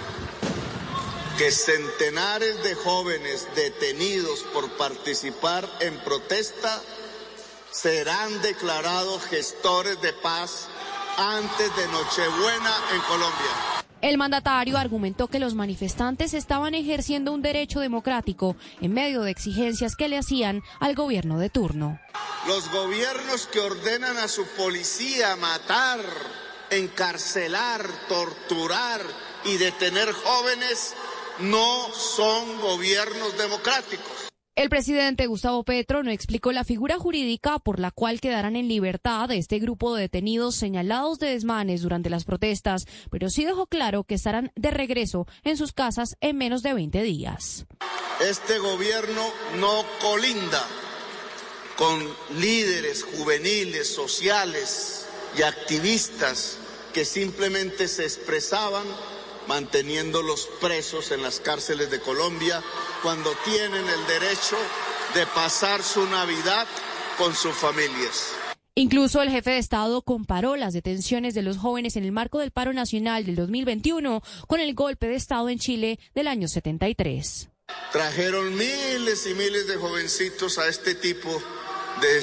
Speaker 17: que centenares de jóvenes detenidos por participar en protesta serán declarados gestores de paz antes de Nochebuena en Colombia.
Speaker 14: El mandatario argumentó que los manifestantes estaban ejerciendo un derecho democrático en medio de exigencias que le hacían al gobierno de turno.
Speaker 17: Los gobiernos que ordenan a su policía matar, encarcelar, torturar y detener jóvenes no son gobiernos democráticos.
Speaker 14: El presidente Gustavo Petro no explicó la figura jurídica por la cual quedarán en libertad este grupo de detenidos señalados de desmanes durante las protestas, pero sí dejó claro que estarán de regreso en sus casas en menos de veinte días.
Speaker 17: Este gobierno no colinda con líderes juveniles, sociales y activistas que simplemente se expresaban manteniéndolos presos en las cárceles de Colombia cuando tienen el derecho de pasar su Navidad con sus familias.
Speaker 14: Incluso el jefe de Estado comparó las detenciones de los jóvenes en el marco del paro nacional del dos mil veintiuno con el golpe de Estado en Chile del año setenta y tres.
Speaker 17: Trajeron miles y miles de jovencitos a este tipo de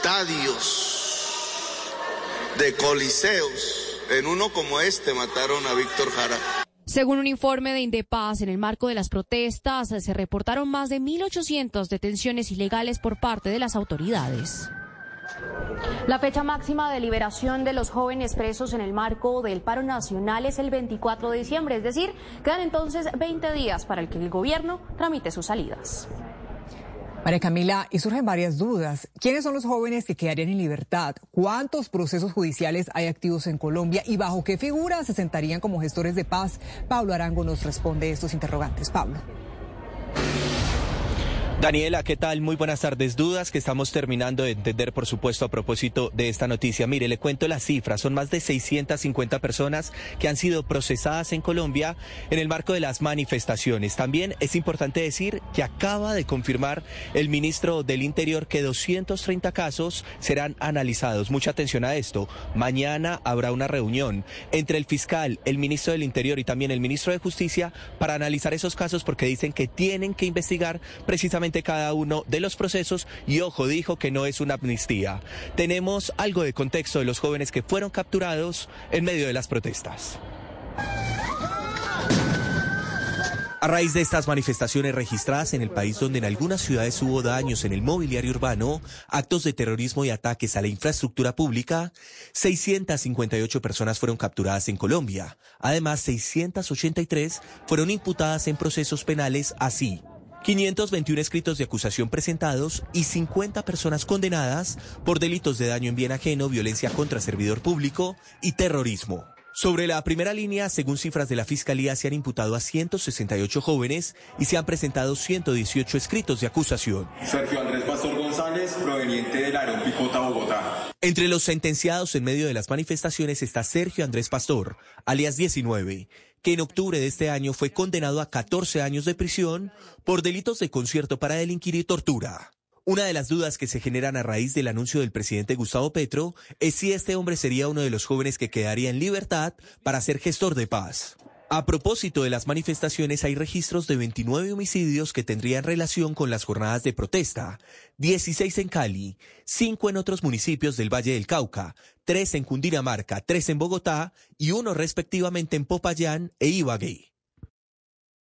Speaker 17: estadios, de coliseos. En uno como este mataron a Víctor Jara.
Speaker 14: Según un informe de Indepaz, en el marco de las protestas se reportaron más de mil ochocientas detenciones ilegales por parte de las autoridades. La fecha máxima de liberación de los jóvenes presos en el marco del paro nacional es el veinticuatro de diciembre, es decir, quedan entonces veinte días para el que el gobierno tramite sus salidas.
Speaker 27: María Camila, y surgen varias dudas. ¿Quiénes son los jóvenes que quedarían en libertad? ¿Cuántos procesos judiciales hay activos en Colombia? ¿Y bajo qué figuras se sentarían como gestores de paz? Pablo Arango nos responde estos interrogantes. Pablo.
Speaker 18: Daniela, ¿qué tal? Muy buenas tardes. Dudas que estamos terminando de entender, por supuesto, a propósito de esta noticia. Mire, le cuento las cifras. Son más de seiscientas cincuenta personas que han sido procesadas en Colombia en el marco de las manifestaciones. También es importante decir que acaba de confirmar el ministro del Interior que doscientos treinta casos serán analizados. Mucha atención a esto. Mañana habrá una reunión entre el fiscal, el ministro del Interior y también el ministro de Justicia para analizar esos casos porque dicen que tienen que investigar precisamente cada uno de los procesos y ojo, dijo que no es una amnistía. Tenemos algo de contexto de los jóvenes que fueron capturados en medio de las protestas. A raíz de estas manifestaciones registradas en el país donde en algunas ciudades hubo daños en el mobiliario urbano, actos de terrorismo y ataques a la infraestructura pública, seiscientas cincuenta y ocho personas fueron capturadas en Colombia. Además, seiscientas ochenta y tres fueron imputadas en procesos penales así. quinientos veintiuno escritos de acusación presentados y cincuenta personas condenadas por delitos de daño en bien ajeno, violencia contra servidor público y terrorismo. Sobre la primera línea, según cifras de la Fiscalía, se han imputado a ciento sesenta y ocho jóvenes y se han presentado ciento dieciocho escritos de acusación.
Speaker 19: Sergio Andrés Pastor González, proveniente del Aarón Picota, Bogotá.
Speaker 18: Entre los sentenciados en medio de las manifestaciones está Sergio Andrés Pastor, alias diecinueve, que en octubre de este año fue condenado a catorce años de prisión por delitos de concierto para delinquir y tortura. Una de las dudas que se generan a raíz del anuncio del presidente Gustavo Petro es si este hombre sería uno de los jóvenes que quedaría en libertad para ser gestor de paz. A propósito de las manifestaciones, hay registros de veintinueve homicidios que tendrían relación con las jornadas de protesta, dieciséis en Cali, cinco en otros municipios del Valle del Cauca, tres en Cundinamarca, tres en Bogotá y uno respectivamente en Popayán e Ibagué.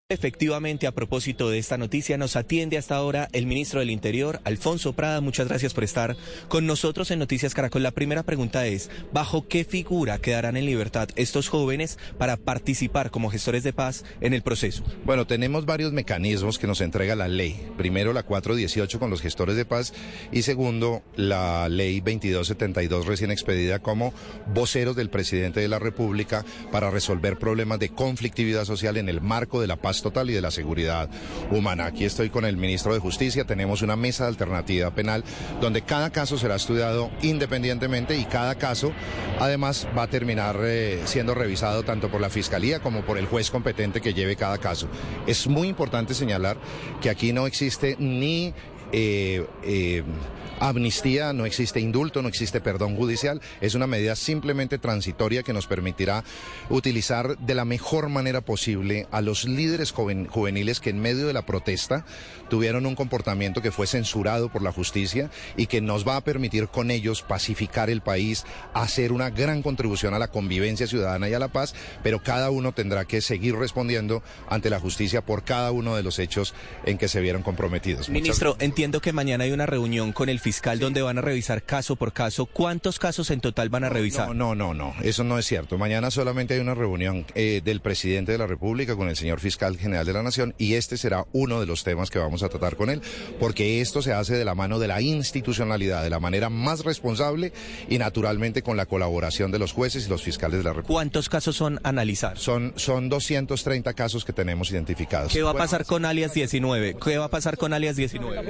Speaker 18: Efectivamente, a propósito de esta noticia, nos atiende hasta ahora el ministro del Interior, Alfonso Prada. Muchas gracias por estar con nosotros en Noticias Caracol. La primera pregunta es, ¿bajo qué figura quedarán en libertad estos jóvenes para participar como gestores de paz en el proceso?
Speaker 2: Bueno, tenemos varios mecanismos que nos entrega la ley. Primero, la cuatrocientos dieciocho con los gestores de paz y segundo, la ley veintidós setenta y dos recién expedida como voceros del presidente de la República para resolver problemas de conflictividad social en el marco de la paz total y de la seguridad humana. Aquí estoy con el ministro de Justicia, tenemos una mesa de alternativa penal donde cada caso será estudiado independientemente y cada caso además va a terminar eh, siendo revisado tanto por la Fiscalía como por el juez competente que lleve cada caso. Es muy importante señalar que aquí no existe ni Eh, eh, amnistía, no existe indulto, no existe perdón judicial, es una medida simplemente transitoria que nos permitirá utilizar de la mejor manera posible a los líderes joven, juveniles que en medio de la protesta tuvieron un comportamiento que fue censurado por la justicia y que nos va a permitir con ellos pacificar el país, hacer una gran contribución a la convivencia ciudadana y a la paz, pero cada uno tendrá que seguir respondiendo ante la justicia por cada uno de los hechos en que se vieron comprometidos.
Speaker 18: Ministro, entiendo que mañana hay una reunión con el fiscal sí. donde van a revisar caso por caso. ¿Cuántos casos en total van a revisar?
Speaker 2: No, no, no, no, eso no es cierto. Mañana solamente hay una reunión eh, del presidente de la República con el señor fiscal general de la Nación y este será uno de los temas que vamos a tratar con él, porque esto se hace de la mano de la institucionalidad, de la manera más responsable y naturalmente con la colaboración de los jueces y los fiscales de la República.
Speaker 18: ¿Cuántos casos son a analizar?
Speaker 2: Son, son doscientos treinta casos que tenemos identificados.
Speaker 18: ¿Qué va a pasar con alias diecinueve? ¿Qué va a pasar con alias diecinueve?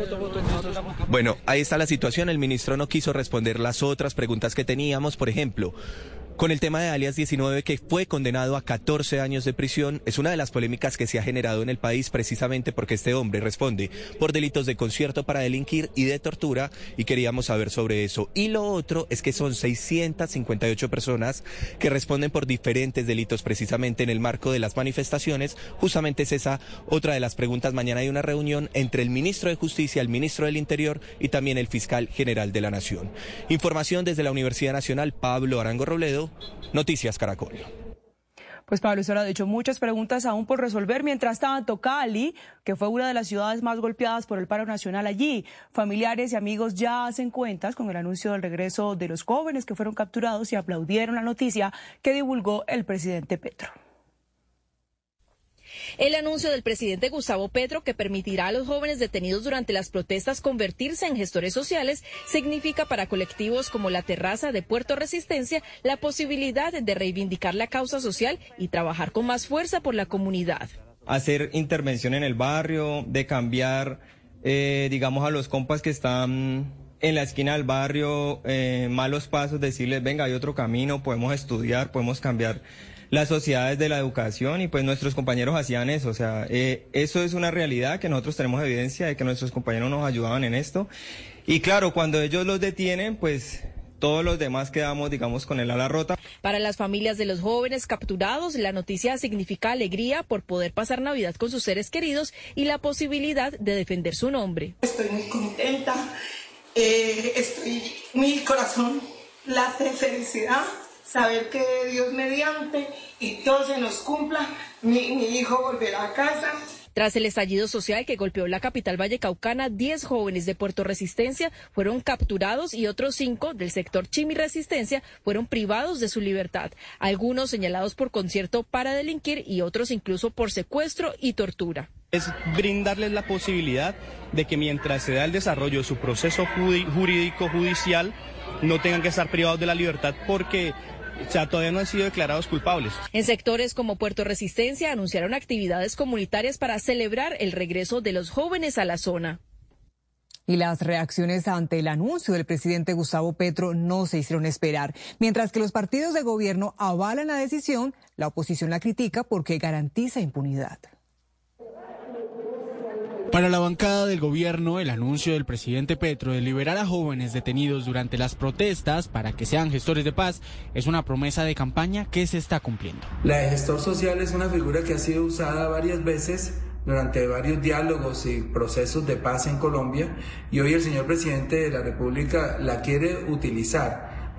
Speaker 18: Bueno, ahí está la situación. El ministro no quiso responder las otras preguntas que teníamos. Por ejemplo, con el tema de alias diecinueve, que fue condenado a catorce años de prisión, es una de las polémicas que se ha generado en el país precisamente porque este hombre responde por delitos de concierto para delinquir y de tortura, y queríamos saber sobre eso. Y lo otro es que son seiscientas cincuenta y ocho personas que responden por diferentes delitos precisamente en el marco de las manifestaciones. Justamente es esa otra de las preguntas. Mañana hay una reunión entre el ministro de Justicia, el ministro del Interior y también el fiscal general de la Nación. Información desde la Universidad Nacional, Pablo Arango Robledo, Noticias Caracol.
Speaker 25: Pues Pablo, usted lo ha dicho, muchas preguntas aún por resolver. Mientras tanto, Cali, que fue una de las ciudades más golpeadas por el paro nacional allí, familiares y amigos ya hacen cuentas con el anuncio del regreso de los jóvenes que fueron capturados y aplaudieron la noticia que divulgó el presidente Petro.
Speaker 3: El anuncio del presidente Gustavo Petro, que permitirá a los jóvenes detenidos durante las protestas convertirse en gestores sociales, significa para colectivos como La Terraza de Puerto Resistencia la posibilidad de reivindicar la causa social y trabajar con más fuerza por la comunidad.
Speaker 4: Hacer intervención en el barrio, de cambiar, eh, digamos, a los compas que están en la esquina del barrio, eh, malos pasos, decirles, venga, hay otro camino, podemos estudiar, podemos cambiar las sociedades de la educación, y pues nuestros compañeros hacían eso. O sea, eh, eso es una realidad que nosotros tenemos evidencia de que nuestros compañeros nos ayudaban en esto. Y claro, cuando ellos los detienen, pues todos los demás quedamos, digamos, con el ala rota.
Speaker 3: Para las familias de los jóvenes capturados, la noticia significa alegría por poder pasar Navidad con sus seres queridos y la posibilidad de defender su nombre.
Speaker 20: Estoy muy contenta, eh, estoy, mi corazón late de felicidad. Saber que Dios mediante y todo se nos cumpla, mi, mi hijo volverá a casa.
Speaker 3: Tras el estallido social que golpeó la capital vallecaucana, diez jóvenes de Puerto Resistencia fueron capturados y otros cinco del sector Chimi Resistencia fueron privados de su libertad. Algunos señalados por concierto para delinquir y otros incluso por secuestro y tortura.
Speaker 21: Es brindarles la posibilidad de que mientras se da el desarrollo de su proceso jurídico judicial no tengan que estar privados de la libertad porque o sea, todavía no han sido declarados culpables.
Speaker 3: En sectores como Puerto Resistencia anunciaron actividades comunitarias para celebrar el regreso de los jóvenes a la zona.
Speaker 27: Y las reacciones ante el anuncio del presidente Gustavo Petro no se hicieron esperar. Mientras que los partidos de gobierno avalan la decisión, la oposición la critica porque garantiza impunidad.
Speaker 22: Para la bancada del gobierno, el anuncio del presidente Petro de liberar a jóvenes detenidos durante las protestas para que sean gestores de paz es una promesa de campaña que se está cumpliendo.
Speaker 23: La de gestor social es una figura que ha sido usada varias veces durante varios diálogos y procesos de paz en Colombia, y hoy el señor presidente de la República la quiere utilizar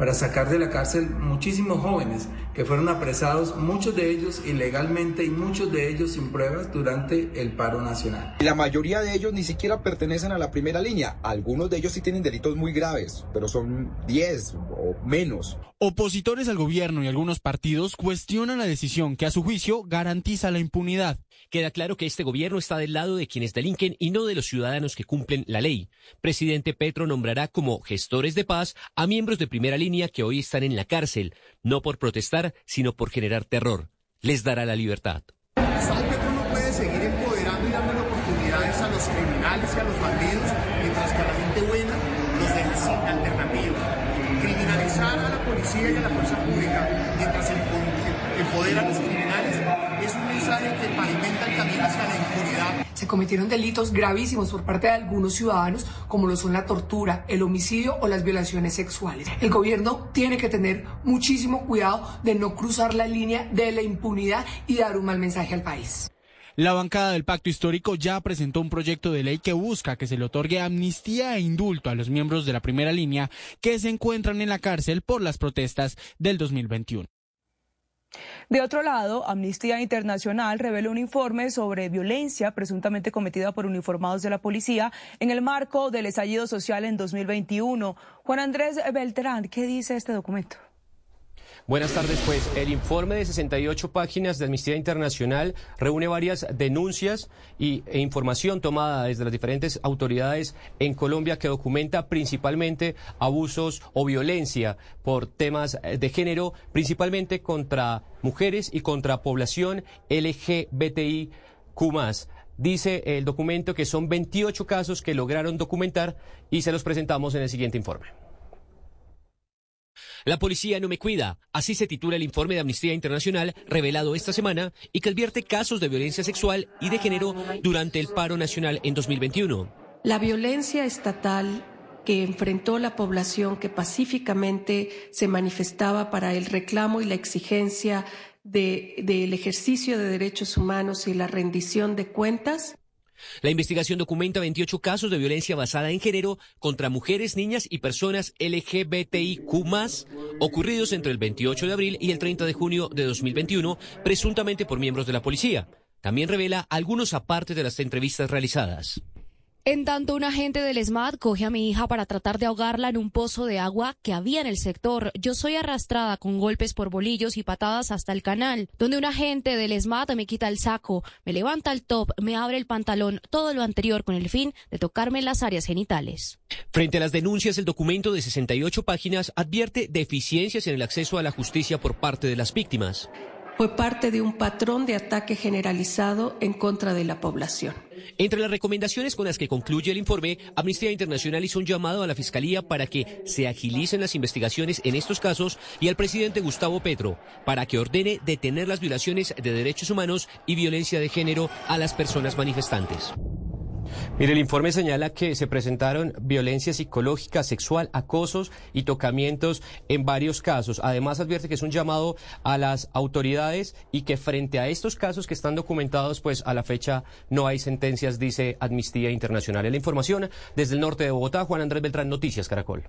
Speaker 23: para sacar de la cárcel muchísimos jóvenes que fueron apresados, muchos de ellos ilegalmente y muchos de ellos sin pruebas durante el paro nacional.
Speaker 1: La mayoría de ellos ni siquiera pertenecen a la primera línea, algunos de ellos sí tienen delitos muy graves, pero son diez o menos.
Speaker 22: Opositores al gobierno y algunos partidos cuestionan la decisión que a su juicio garantiza la impunidad.
Speaker 5: Queda claro que este gobierno está del lado de quienes delinquen y no de los ciudadanos que cumplen la ley. Presidente Petro nombrará como gestores de paz a miembros de primera línea que hoy están en la cárcel, no por protestar, sino por generar terror. Les dará la libertad.
Speaker 6: Gustavo Petro no puede seguir empoderando y dando oportunidades a los criminales y a los bandidos, mientras que a la gente buena los deja sin alternativa. Criminalizar a la policía y a la fuerza pública mientras empodera a los criminales es un mensaje que pavimenta el camino hacia la impunidad.
Speaker 7: Se cometieron delitos gravísimos por parte de algunos ciudadanos, como lo son la tortura, el homicidio o las violaciones sexuales. El gobierno tiene que tener muchísimo cuidado de no cruzar la línea de la impunidad y dar un mal mensaje al país.
Speaker 22: La bancada del Pacto Histórico ya presentó un proyecto de ley que busca que se le otorgue amnistía e indulto a los miembros de la primera línea que se encuentran en la cárcel por las protestas del dos mil veintiuno.
Speaker 25: De otro lado, Amnistía Internacional reveló un informe sobre violencia presuntamente cometida por uniformados de la policía en el marco del estallido social en dos mil veintiuno. Juan Andrés Beltrán, ¿qué dice este documento?
Speaker 8: Buenas tardes, pues el informe de sesenta y ocho páginas de Amnistía Internacional reúne varias denuncias y, e información tomada desde las diferentes autoridades en Colombia que documenta principalmente abusos o violencia por temas de género, principalmente contra mujeres y contra población L G B T I Q más. Dice el documento que son veintiocho casos que lograron documentar y se los presentamos en el siguiente informe.
Speaker 5: La policía no me cuida, así se titula el informe de Amnistía Internacional revelado esta semana y que advierte casos de violencia sexual y de género durante el paro nacional en dos mil veintiuno.
Speaker 9: La violencia estatal que enfrentó la población que pacíficamente se manifestaba para el reclamo y la exigencia de, del ejercicio de derechos humanos y la rendición de cuentas.
Speaker 5: La investigación documenta veintiocho casos de violencia basada en género contra mujeres, niñas y personas L G B T I Q más, ocurridos entre el veintiocho de abril y el treinta de junio de dos mil veintiuno, presuntamente por miembros de la policía. También revela algunos apartes de las entrevistas realizadas.
Speaker 14: En tanto, un agente del ESMAD coge a mi hija para tratar de ahogarla en un pozo de agua que había en el sector. Yo soy arrastrada con golpes por bolillos y patadas hasta el canal, donde un agente del ESMAD me quita el saco, me levanta el top, me abre el pantalón, todo lo anterior con el fin de tocarme en las áreas genitales.
Speaker 5: Frente a las denuncias, el documento de sesenta y ocho páginas advierte deficiencias en el acceso a la justicia por parte de las víctimas.
Speaker 9: Fue parte de un patrón de ataque generalizado en contra de la población.
Speaker 5: Entre las recomendaciones con las que concluye el informe, Amnistía Internacional hizo un llamado a la Fiscalía para que se agilicen las investigaciones en estos casos y al presidente Gustavo Petro para que ordene detener las violaciones de derechos humanos y violencia de género a las personas manifestantes.
Speaker 8: Mire, el informe señala que se presentaron violencia psicológica, sexual, acosos y tocamientos en varios casos. Además, advierte que es un llamado a las autoridades y que frente a estos casos que están documentados, pues a la fecha no hay sentencias, dice Amnistía Internacional. En la información desde el norte de Bogotá, Juan Andrés Beltrán, Noticias Caracol.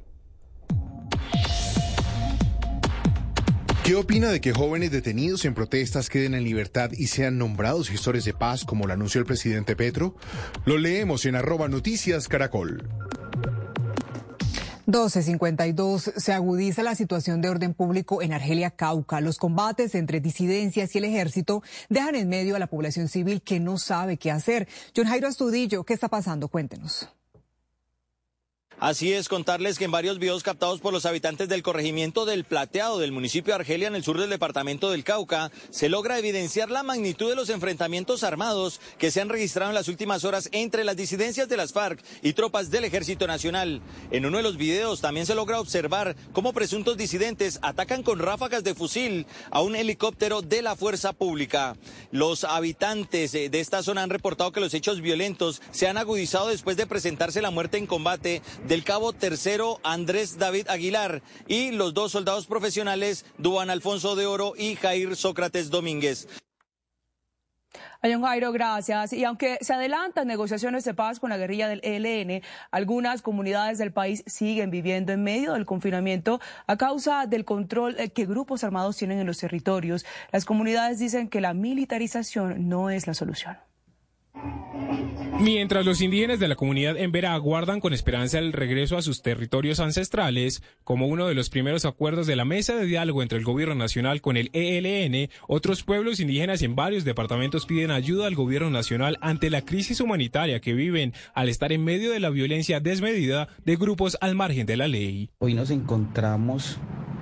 Speaker 10: ¿Qué opina de que jóvenes detenidos en protestas queden en libertad y sean nombrados gestores de paz, como lo anunció el presidente Petro? Lo leemos en arroba Noticias Caracol.
Speaker 27: doce cincuenta y dos. Se agudiza la situación de orden público en Argelia, Cauca. Los combates entre disidencias y el ejército dejan en medio a la población civil que no sabe qué hacer. John Jairo Astudillo, ¿qué está pasando? Cuéntenos.
Speaker 28: Así es, contarles que en varios videos captados por los habitantes del corregimiento del Plateado del municipio de Argelia, en el sur del departamento del Cauca, se logra evidenciar la magnitud de los enfrentamientos armados que se han registrado en las últimas horas entre las disidencias de las FARC y tropas del Ejército Nacional. En uno de los videos también se logra observar cómo presuntos disidentes atacan con ráfagas de fusil a un helicóptero de la Fuerza Pública. Los habitantes de esta zona han reportado que los hechos violentos se han agudizado después de presentarse la muerte en combate del cabo tercero Andrés David Aguilar y los dos soldados profesionales Duan Alfonso de Oro y Jair Sócrates Domínguez.
Speaker 25: A John Jairo, gracias. Y aunque se adelantan negociaciones de paz con la guerrilla del E L N, algunas comunidades del país siguen viviendo en medio del confinamiento a causa del control que grupos armados tienen en los territorios. Las comunidades dicen que la militarización no es la solución.
Speaker 11: Mientras los indígenas de la comunidad Emberá aguardan con esperanza el regreso a sus territorios ancestrales, como uno de los primeros acuerdos de la mesa de diálogo entre el gobierno nacional con el E L N, otros pueblos indígenas en varios departamentos piden ayuda al gobierno nacional ante la crisis humanitaria que viven al estar en medio de la violencia desmedida de grupos al margen de la ley.
Speaker 12: Hoy nos encontramos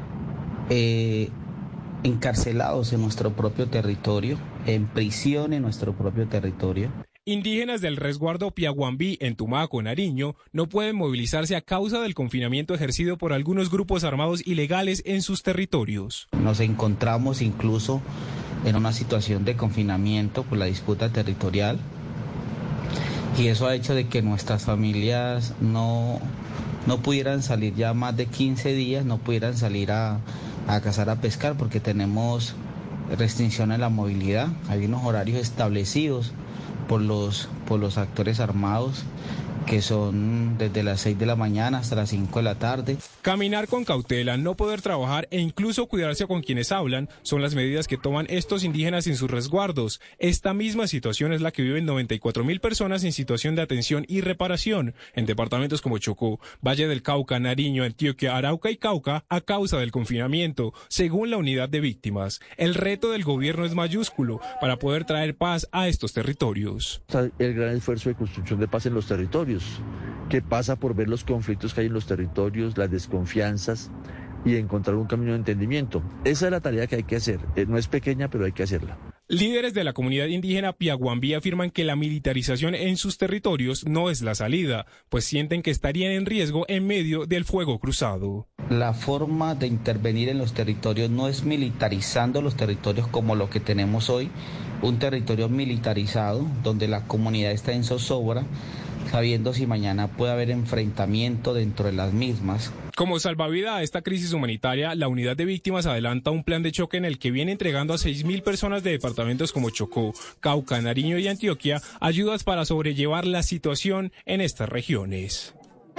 Speaker 12: eh, encarcelados en nuestro propio territorio, en prisión en nuestro propio territorio.
Speaker 11: Indígenas del resguardo Piaguambí en Tumaco, Nariño, no pueden movilizarse a causa del confinamiento ejercido por algunos grupos armados ilegales en sus territorios.
Speaker 12: Nos encontramos incluso en una situación de confinamiento por la disputa territorial y eso ha hecho de que nuestras familias no, no pudieran salir ya más de quince días, no pudieran salir a, a cazar, a pescar porque tenemos restricción en la movilidad, hay unos horarios establecidos por los, por los actores armados que son desde las seis de la mañana hasta las cinco de la tarde.
Speaker 11: Caminar con cautela, no poder trabajar e incluso cuidarse con quienes hablan son las medidas que toman estos indígenas en sus resguardos. Esta misma situación es la que viven noventa y cuatro mil personas en situación de atención y reparación en departamentos como Chocó, Valle del Cauca, Nariño, Antioquia, Arauca y Cauca a causa del confinamiento, según la unidad de víctimas. El reto del gobierno es mayúsculo para poder traer paz a estos territorios.
Speaker 13: El gran esfuerzo de construcción de paz en los territorios, que pasa por ver los conflictos que hay en los territorios, las desconfianzas y encontrar un camino de entendimiento. Esa es la tarea que hay que hacer. No es pequeña, pero hay que hacerla.
Speaker 11: Líderes de la comunidad indígena Piaguambí afirman que la militarización en sus territorios no es la salida, pues sienten que estarían en riesgo en medio del fuego cruzado.
Speaker 12: La forma de intervenir en los territorios no es militarizando los territorios como lo que tenemos hoy, un territorio militarizado donde la comunidad está en zozobra, sabiendo si mañana puede haber enfrentamiento dentro de las mismas.
Speaker 11: Como salvavidas a esta crisis humanitaria, la unidad de víctimas adelanta un plan de choque en el que viene entregando a seis mil personas de departamentos como Chocó, Cauca, Nariño y Antioquia ayudas para sobrellevar la situación en estas regiones.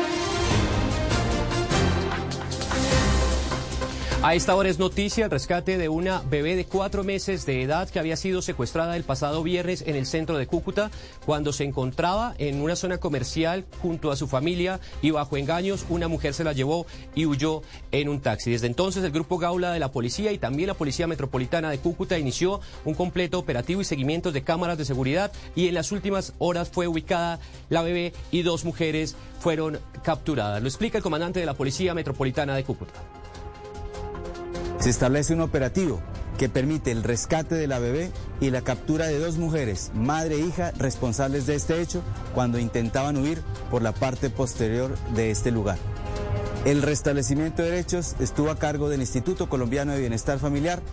Speaker 8: A esta hora es noticia el rescate de una bebé de cuatro meses de edad que había sido secuestrada el pasado viernes en el centro de Cúcuta cuando se encontraba en una zona comercial junto a su familia y bajo engaños una mujer se la llevó y huyó en un taxi. Desde entonces el Grupo Gaula de la policía y también la Policía Metropolitana de Cúcuta inició un completo operativo y seguimientos de cámaras de seguridad y en las últimas horas fue ubicada la bebé y dos mujeres fueron capturadas. Lo explica el comandante de la Policía Metropolitana de Cúcuta.
Speaker 15: Se establece un operativo que permite el rescate de la bebé y la captura de dos mujeres, madre e hija, responsables de este hecho cuando intentaban huir por la parte posterior de este lugar. El restablecimiento de derechos estuvo a cargo del Instituto Colombiano de Bienestar Familiar.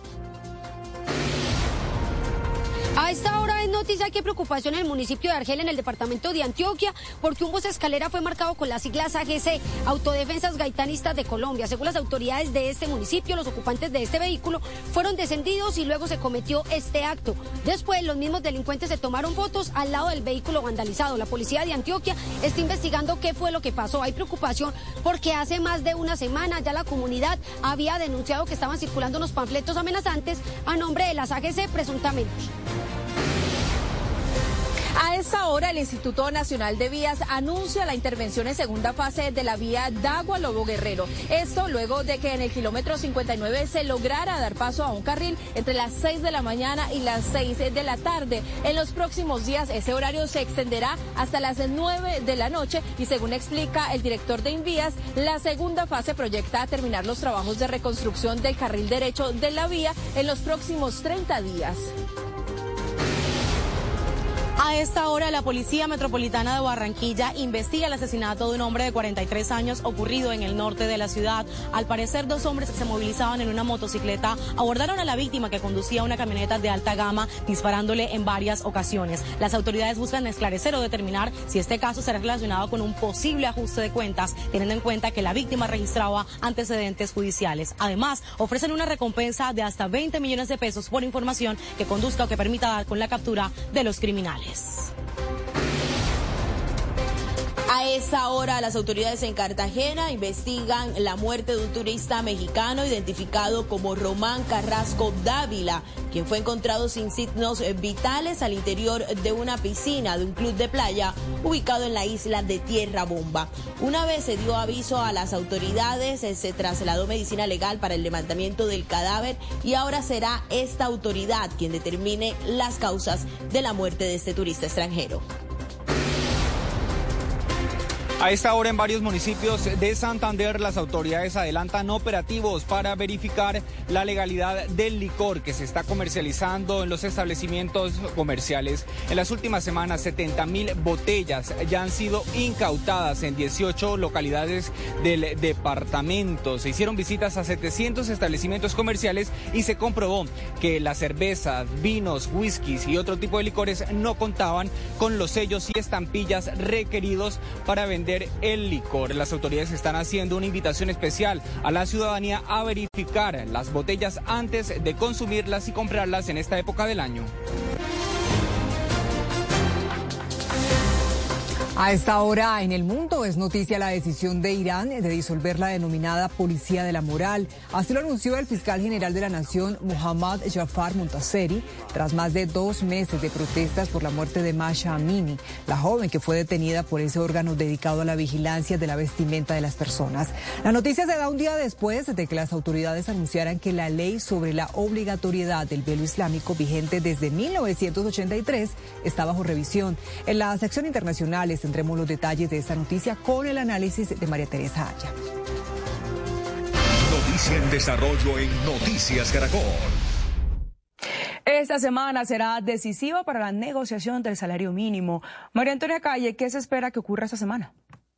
Speaker 16: A esta hora es noticia que hay preocupación en el municipio de Argelia, en el departamento de Antioquia, porque un bus escalera fue marcado con las siglas A G C, Autodefensas Gaitanistas de Colombia. Según las autoridades de este municipio, los ocupantes de este vehículo fueron descendidos y luego se cometió este acto. Después, los mismos delincuentes se tomaron fotos al lado del vehículo vandalizado. La policía de Antioquia está investigando qué fue lo que pasó. Hay preocupación porque hace más de una semana ya la comunidad había denunciado que estaban circulando unos panfletos amenazantes a nombre de las A G C presuntamente.
Speaker 3: A esta hora, el Instituto Nacional de Vías anuncia la intervención en segunda fase de la vía Dagua-Lobo Guerrero. Esto luego de que en el kilómetro cincuenta y nueve se lograra dar paso a un carril entre las seis de la mañana y las seis de la tarde. En los próximos días, ese horario se extenderá hasta las nueve de la noche y según explica el director de Invías, la segunda fase proyecta terminar los trabajos de reconstrucción del carril derecho de la vía en los próximos treinta días.
Speaker 2: A esta hora, la Policía Metropolitana de Barranquilla investiga el asesinato de un hombre de cuarenta y tres años ocurrido en el norte de la ciudad. Al parecer, dos hombres que se movilizaban en una motocicleta abordaron a la víctima que conducía una camioneta de alta gama, disparándole en varias ocasiones. Las autoridades buscan esclarecer o determinar si este caso será relacionado con un posible ajuste de cuentas, teniendo en cuenta que la víctima registraba antecedentes judiciales. Además, ofrecen una recompensa de hasta veinte millones de pesos por información que conduzca o que permita dar con la captura de los criminales.
Speaker 4: A esa hora, las autoridades en Cartagena investigan la muerte de un turista mexicano identificado como Román Carrasco Dávila, quien fue encontrado sin signos vitales al interior de una piscina de un club de playa ubicado en la isla de Tierra Bomba. Una vez se dio aviso a las autoridades, se trasladó medicina legal para el levantamiento del cadáver y ahora será esta autoridad quien determine las causas de la muerte de este turista extranjero.
Speaker 17: A esta hora en varios municipios de Santander las autoridades adelantan operativos para verificar la legalidad del licor que se está comercializando en los establecimientos comerciales. En las últimas semanas setenta mil botellas ya han sido incautadas en dieciocho localidades del departamento. Se hicieron visitas a setecientos establecimientos comerciales y se comprobó que las cervezas, vinos, whiskies y otro tipo de licores no contaban con los sellos y estampillas requeridos para vender el licor. Las autoridades están haciendo una invitación especial a la ciudadanía a verificar las botellas antes de consumirlas y comprarlas en esta época del año.
Speaker 27: A esta hora en el mundo es noticia la decisión de Irán de disolver la denominada Policía de la Moral. Así lo anunció el fiscal general de la Nación, Mohammad Jafar Montaseri, tras más de dos meses de protestas por la muerte de Masha Amini, la joven que fue detenida por ese órgano dedicado a la vigilancia de la vestimenta de las personas. La noticia se da un día después de que las autoridades anunciaran que la ley sobre la obligatoriedad del velo islámico, vigente desde mil novecientos ochenta y tres, está bajo revisión. En la sección internacional tendremos los detalles de esta noticia con el análisis de María Teresa Aya.
Speaker 18: Noticia en desarrollo en Noticias Caracol.
Speaker 25: Esta semana será decisiva para la negociación del salario mínimo. María Antonia Calle, ¿qué se espera que ocurra esta semana?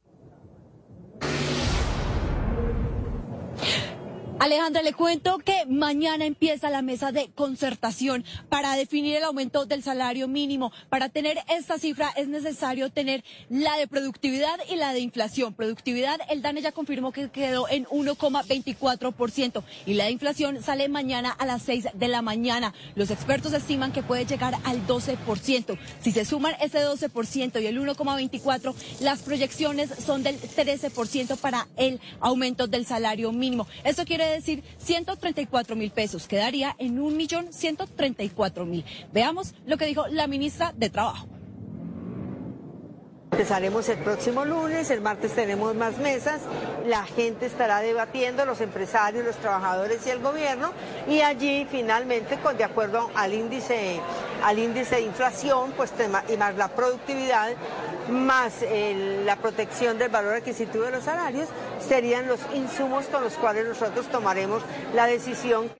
Speaker 19: Alejandra, le cuento que mañana empieza la mesa de concertación para definir el aumento del salario mínimo. Para tener esta cifra es necesario tener la de productividad y la de inflación. Productividad, el DANE ya confirmó que quedó en uno coma veinticuatro por ciento y la de inflación sale mañana a las seis de la mañana. Los expertos estiman que puede llegar al doce por ciento. Si se suman ese doce por ciento y el uno coma veinticuatro por ciento, las proyecciones son del trece por ciento para el aumento del salario mínimo. Esto quiere decir ciento treinta y cuatro mil pesos, quedaría en un millón ciento treinta y cuatro mil. Veamos lo que dijo la ministra de Trabajo.
Speaker 20: Empezaremos el próximo lunes, el martes tenemos más mesas, la gente estará debatiendo, los empresarios, los trabajadores y el gobierno, y allí finalmente, con, de acuerdo al índice, al índice de inflación, pues y más la productividad, más el, la protección del valor adquisitivo de los salarios, serían los insumos con los cuales nosotros tomaremos la decisión.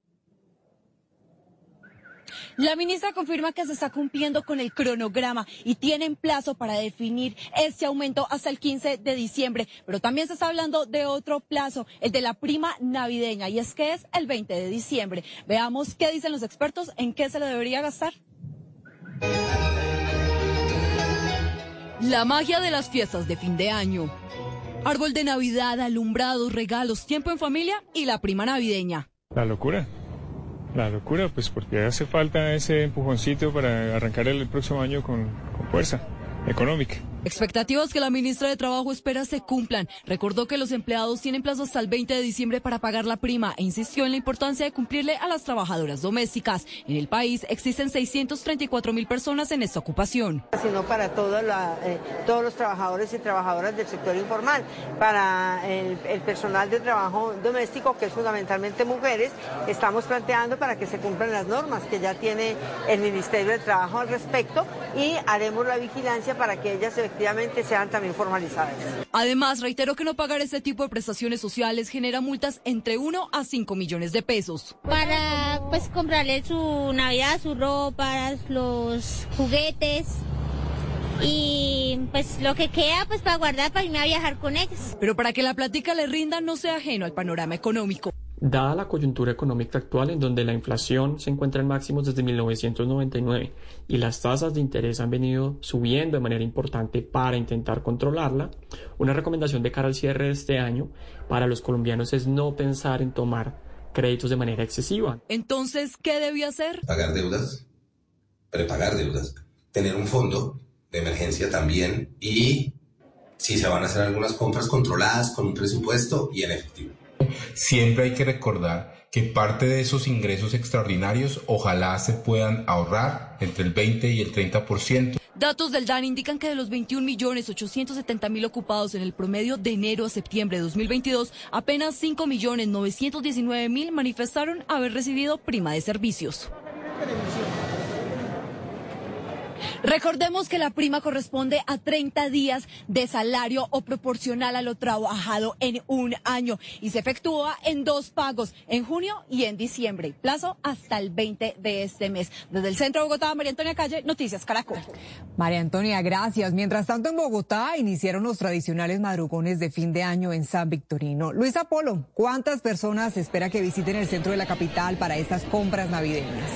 Speaker 19: La ministra confirma que se está cumpliendo con el cronograma y tienen plazo para definir este aumento hasta el quince de diciembre, pero también se está hablando de otro plazo, el de la prima navideña, y es que es el veinte de diciembre. Veamos qué dicen los expertos, en qué se le debería gastar.
Speaker 24: La magia de las fiestas de fin de año. Árbol de Navidad, alumbrados, regalos, tiempo en familia y la prima navideña.
Speaker 11: La locura. La locura, pues porque hace falta ese empujoncito para arrancar el próximo año con, con fuerza económica.
Speaker 24: Expectativas que la ministra de Trabajo espera se cumplan. Recordó que los empleados tienen plazo hasta el veinte de diciembre para pagar la prima e insistió en la importancia de cumplirle a las trabajadoras domésticas. En el país existen seiscientos treinta y cuatro mil personas en esta ocupación.
Speaker 20: Sino para toda la, eh, todos los trabajadores y trabajadoras del sector informal, para el, el personal de trabajo doméstico, que es fundamentalmente mujeres, estamos planteando para que se cumplan las normas que ya tiene el Ministerio de Trabajo al respecto y haremos la vigilancia para que ellas se efectivamente sean también formalizadas.
Speaker 24: Además, reiteró que no pagar este tipo de prestaciones sociales genera multas entre uno a cinco millones de pesos.
Speaker 1: Para pues comprarle su Navidad, su ropa, los juguetes y pues lo que queda pues para guardar para irme a viajar con ellos.
Speaker 24: Pero para que la plática le rinda no sea ajeno al panorama económico.
Speaker 6: Dada la coyuntura económica actual en donde la inflación se encuentra en máximos desde mil novecientos noventa y nueve y las tasas de interés han venido subiendo de manera importante para intentar controlarla, una recomendación de cara al cierre de este año para los colombianos es no pensar en tomar créditos de manera excesiva.
Speaker 24: Entonces, ¿qué debía hacer?
Speaker 7: Pagar deudas, prepagar deudas, tener un fondo de emergencia también y si se van a hacer algunas compras controladas con un presupuesto y en efectivo.
Speaker 14: Siempre hay que recordar que parte de esos ingresos extraordinarios ojalá se puedan ahorrar entre el veinte y el treinta por ciento.
Speaker 24: Datos del D A N indican que de los veintiún millones ochocientos setenta mil ocupados en el promedio de enero a septiembre de dos mil veintidós, apenas cinco millones novecientos diecinueve mil manifestaron haber recibido prima de servicios. Recordemos que la prima corresponde a treinta días de salario o proporcional a lo trabajado en un año y se efectúa en dos pagos, en junio y en diciembre, plazo hasta el veinte de este mes. Desde el centro de Bogotá, María Antonia Calle, Noticias Caracol.
Speaker 27: María Antonia, gracias. Mientras tanto, en Bogotá iniciaron los tradicionales madrugones de fin de año en San Victorino. Luisa Polo, ¿cuántas personas se espera que visiten el centro de la capital para estas compras navideñas?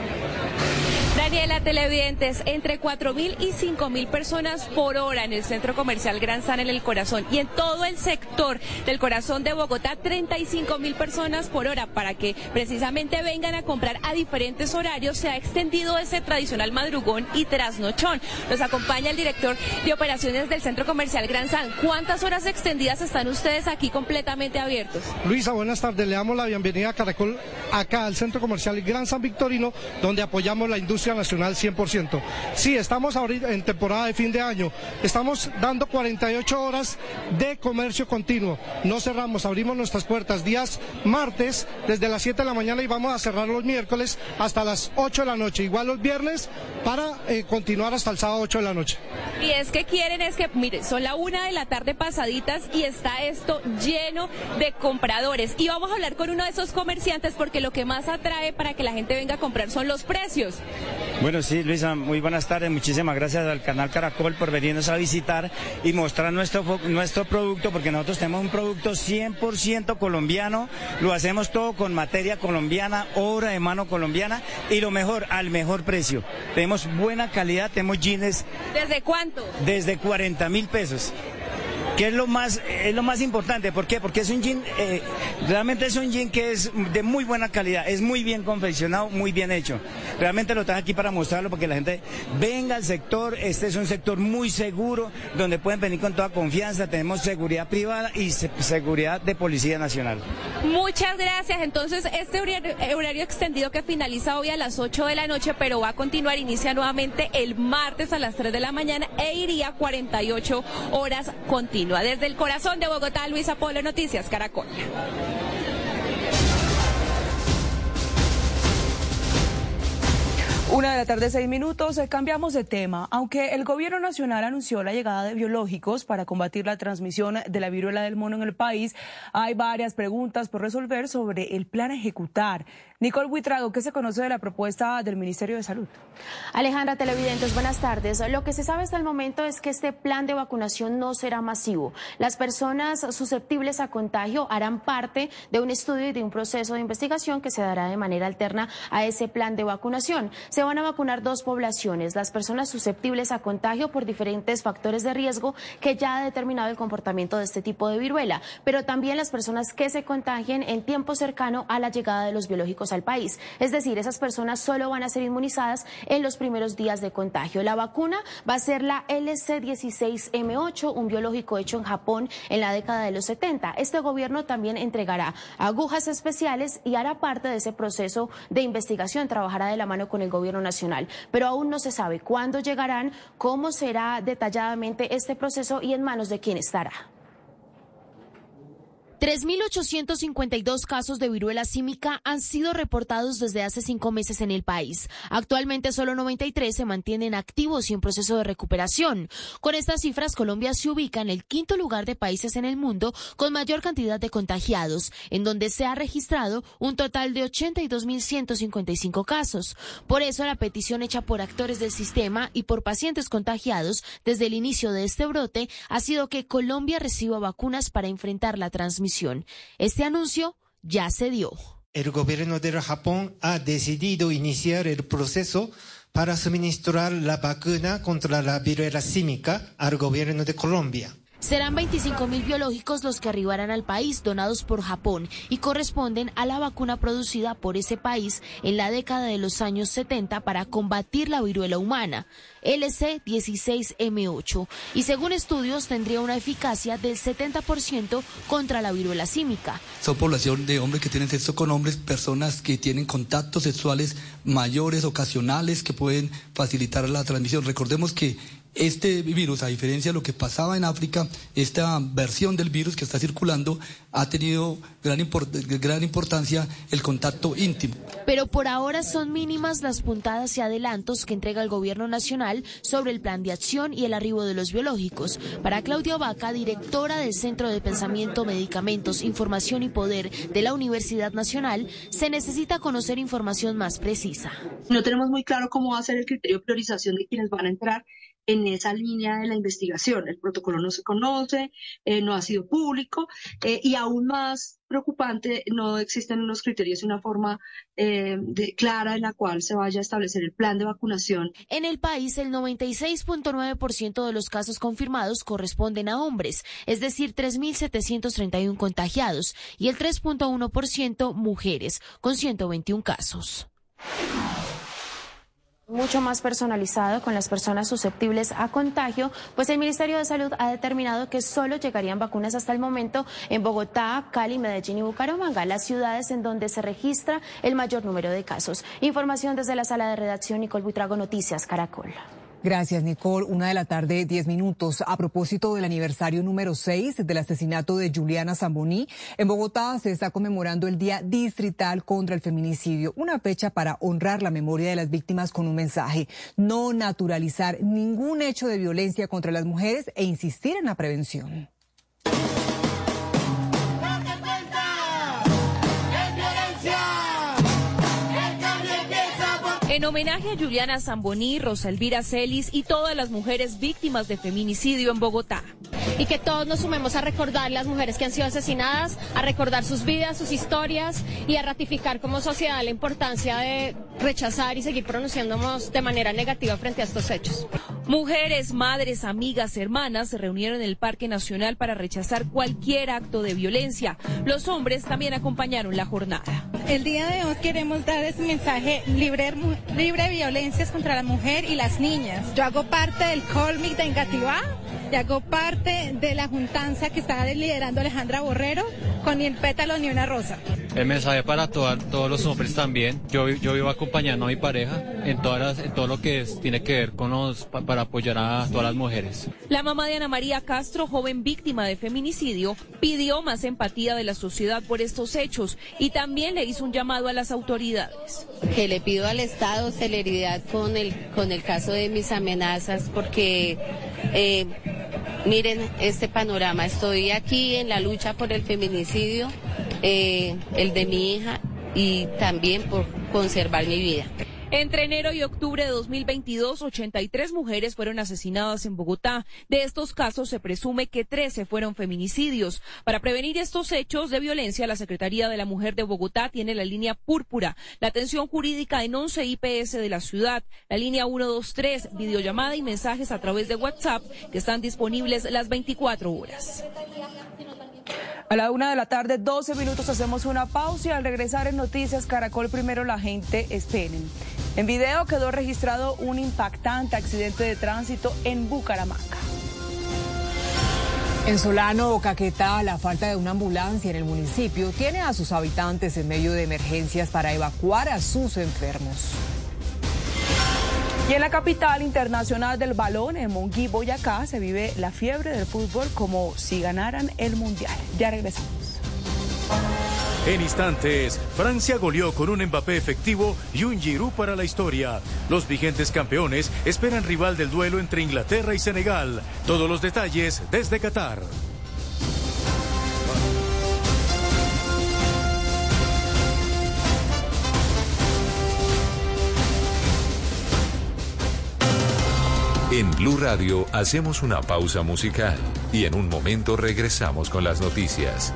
Speaker 3: Daniela, televidentes, entre cuatro mil y cinco mil personas por hora en el centro comercial Gran San en el Corazón y en todo el sector del Corazón de Bogotá, treinta y cinco mil personas por hora para que precisamente vengan a comprar a diferentes horarios. Se ha extendido ese tradicional madrugón y trasnochón. Nos acompaña el director de operaciones del centro comercial Gran San. ¿Cuántas horas extendidas están ustedes aquí completamente abiertos?
Speaker 21: Luisa, buenas tardes. Le damos la bienvenida a Caracol acá al centro comercial Gran San Victorino, donde apoyamos la industria nacional cien por ciento. Sí, estamos ahorita en temporada de fin de año. Estamos dando cuarenta y ocho horas de comercio continuo. No cerramos, abrimos nuestras puertas días martes desde las siete de la mañana y vamos a cerrar los miércoles hasta las ocho de la noche. Igual los viernes para eh, continuar hasta el sábado ocho de la noche.
Speaker 3: Y es que quieren, es que, mire, son la una de la tarde pasaditas y está esto lleno de compradores. Y vamos a hablar con uno de esos comerciantes porque lo que más atrae para que la gente venga a comprar son los precios.
Speaker 22: Bueno, sí, Luisa, muy buenas tardes. Muchísimas gracias al canal Caracol por venirnos a visitar y mostrar nuestro, nuestro producto, porque nosotros tenemos un producto cien por ciento colombiano, lo hacemos todo con materia colombiana, obra de mano colombiana y lo mejor, al mejor precio. Tenemos buena calidad, tenemos jeans.
Speaker 3: ¿Desde cuánto?
Speaker 22: Desde cuarenta mil pesos. Que es lo más es lo más importante. ¿Por qué? Porque es un jean, eh, realmente es un jean que es de muy buena calidad, es muy bien confeccionado, muy bien hecho. Realmente lo traje aquí para mostrarlo, porque la gente venga al sector. Este es un sector muy seguro, donde pueden venir con toda confianza. Tenemos seguridad privada y se, seguridad de Policía Nacional.
Speaker 3: Muchas gracias. Entonces, este horario, horario extendido que finaliza hoy a las ocho de la noche, pero va a continuar, inicia nuevamente el martes a las tres de la mañana e iría cuarenta y ocho horas continuas. Desde el corazón de Bogotá, Luisa Polo, Noticias Caracol.
Speaker 25: Una de la tarde, seis minutos, eh, cambiamos de tema. Aunque el gobierno nacional anunció la llegada de biológicos para combatir la transmisión de la viruela del mono en el país, hay varias preguntas por resolver sobre el plan a ejecutar. Nicole Buitrago, ¿qué se conoce de la propuesta del Ministerio de Salud?
Speaker 23: Alejandra, televidentes, buenas tardes. Lo que se sabe hasta el momento es que este plan de vacunación no será masivo. Las personas susceptibles a contagio harán parte de un estudio y de un proceso de investigación que se dará de manera alterna a ese plan de vacunación. Se van a vacunar dos poblaciones, las personas susceptibles a contagio por diferentes factores de riesgo que ya ha determinado el comportamiento de este tipo de viruela, pero también las personas que se contagien en tiempo cercano a la llegada de los biológicos al país. Es decir, esas personas solo van a ser inmunizadas en los primeros días de contagio. La vacuna va a ser la L C dieciséis M ocho, un biológico hecho en Japón en la década de los setenta. Este gobierno también entregará agujas especiales y hará parte de ese proceso de investigación. Trabajará de la mano con el gobierno nacional, pero aún no se sabe cuándo llegarán, cómo será detalladamente este proceso y en manos de quién estará. tres mil ochocientos cincuenta y dos casos de viruela símica han sido reportados desde hace cinco meses en el país. Actualmente solo noventa y tres se mantienen activos y en proceso de recuperación. Con estas cifras, Colombia se ubica en el quinto lugar de países en el mundo con mayor cantidad de contagiados, en donde se ha registrado un total de ochenta y dos mil ciento cincuenta y cinco casos. Por eso, la petición hecha por actores del sistema y por pacientes contagiados desde el inicio de este brote ha sido que Colombia reciba vacunas para enfrentar la transmisión. Este anuncio ya se dio.
Speaker 5: El gobierno de Japón ha decidido iniciar el proceso para suministrar la vacuna contra la viruela símica al gobierno de Colombia.
Speaker 23: Serán veinticinco mil biológicos los que arribarán al país, donados por Japón, y corresponden a la vacuna producida por ese país en la década de los años setenta para combatir la viruela humana, L C dieciséis M ocho, y según estudios tendría una eficacia del setenta por ciento contra la viruela símica.
Speaker 8: Son población de hombres que tienen sexo con hombres, personas que tienen contactos sexuales mayores, ocasionales, que pueden facilitar la transmisión. Recordemos que este virus, a diferencia de lo que pasaba en África, esta versión del virus que está circulando ha tenido gran, import- gran importancia el contacto íntimo.
Speaker 23: Pero por ahora son mínimas las puntadas y adelantos que entrega el gobierno nacional sobre el plan de acción y el arribo de los biológicos. Para Claudia Vaca, directora del Centro de Pensamiento, Medicamentos, Información y Poder de la Universidad Nacional, se necesita conocer información más precisa.
Speaker 9: No tenemos muy claro cómo va a ser el criterio de priorización de quienes van a entrar en esa línea de la investigación. El protocolo no se conoce, eh, no ha sido público eh, y aún más preocupante, no existen unos criterios y una forma eh, de, clara en la cual se vaya a establecer el plan de vacunación.
Speaker 23: En el país, el noventa y seis punto nueve por ciento de los casos confirmados corresponden a hombres, es decir, tres mil setecientos treinta y uno contagiados, y el tres punto uno por ciento mujeres, con ciento veintiún casos. Mucho más personalizado con las personas susceptibles a contagio, pues el Ministerio de Salud ha determinado que solo llegarían vacunas hasta el momento en Bogotá, Cali, Medellín y Bucaramanga, las ciudades en donde se registra el mayor número de casos. Información desde la sala de redacción, Nicole Buitrago, Noticias Caracol.
Speaker 27: Gracias, Nicole. Una de la tarde, diez minutos. A propósito del aniversario número seis del asesinato de Juliana Zamboní, en Bogotá se está conmemorando el Día Distrital contra el Feminicidio, una fecha para honrar la memoria de las víctimas con un mensaje: no naturalizar ningún hecho de violencia contra las mujeres e insistir en la prevención.
Speaker 3: En homenaje a Juliana Zamboní, Rosa Elvira Celis y todas las mujeres víctimas de feminicidio en Bogotá.
Speaker 10: Y que todos nos sumemos a recordar las mujeres que han sido asesinadas, a recordar sus vidas, sus historias y a ratificar como sociedad la importancia de rechazar y seguir pronunciándonos de manera negativa frente a estos hechos.
Speaker 3: Mujeres, madres, amigas, hermanas se reunieron en el Parque Nacional para rechazar cualquier acto de violencia. Los hombres también acompañaron la jornada.
Speaker 12: El día de hoy queremos dar ese mensaje libre, libre de violencias contra la mujer y las niñas. Yo hago parte del Colmic de Engativá y hago parte de la juntanza que está liderando Alejandra Borrero con Ni el pétalo ni una rosa.
Speaker 13: El mensaje para toda, todos los hombres también. Yo, yo vivo acompañando a mi pareja en, todas las, en todo lo que es, tiene que ver con los, pa, para apoyar a todas las mujeres.
Speaker 3: La mamá de Ana María Castro, joven víctima de feminicidio, pidió más empatía de la sociedad por estos hechos y también le hizo un llamado a las autoridades.
Speaker 26: Que le pido al Estado celeridad con el, con el caso de mis amenazas, porque eh, miren este panorama. Estoy aquí en la lucha por el feminicidio, eh, el de mi hija, y también por conservar mi vida.
Speaker 3: Entre enero y octubre de dos mil veintidós, ochenta y tres mujeres fueron asesinadas en Bogotá. De estos casos se presume que trece fueron feminicidios. Para prevenir estos hechos de violencia, la Secretaría de la Mujer de Bogotá tiene la línea Púrpura, la atención jurídica en once I P S de la ciudad, la línea ciento veintitrés, videollamada y mensajes a través de WhatsApp que están disponibles las veinticuatro horas.
Speaker 25: A la una de la tarde, doce minutos, hacemos una pausa y al regresar en Noticias Caracol, primero la gente, esperen. En video quedó registrado un impactante accidente de tránsito en Bucaramanga.
Speaker 27: En Solano, Caquetá, la falta de una ambulancia en el municipio tiene a sus habitantes en medio de emergencias para evacuar a sus enfermos.
Speaker 25: Y en la capital internacional del balón, en Monguí, Boyacá, se vive la fiebre del fútbol como si ganaran el Mundial. Ya regresamos.
Speaker 2: En instantes, Francia goleó con un Mbappé efectivo y un Giroud para la historia. Los vigentes campeones esperan rival del duelo entre Inglaterra y Senegal. Todos los detalles desde Qatar.
Speaker 4: En Blue Radio hacemos una pausa musical y en un momento regresamos con las noticias.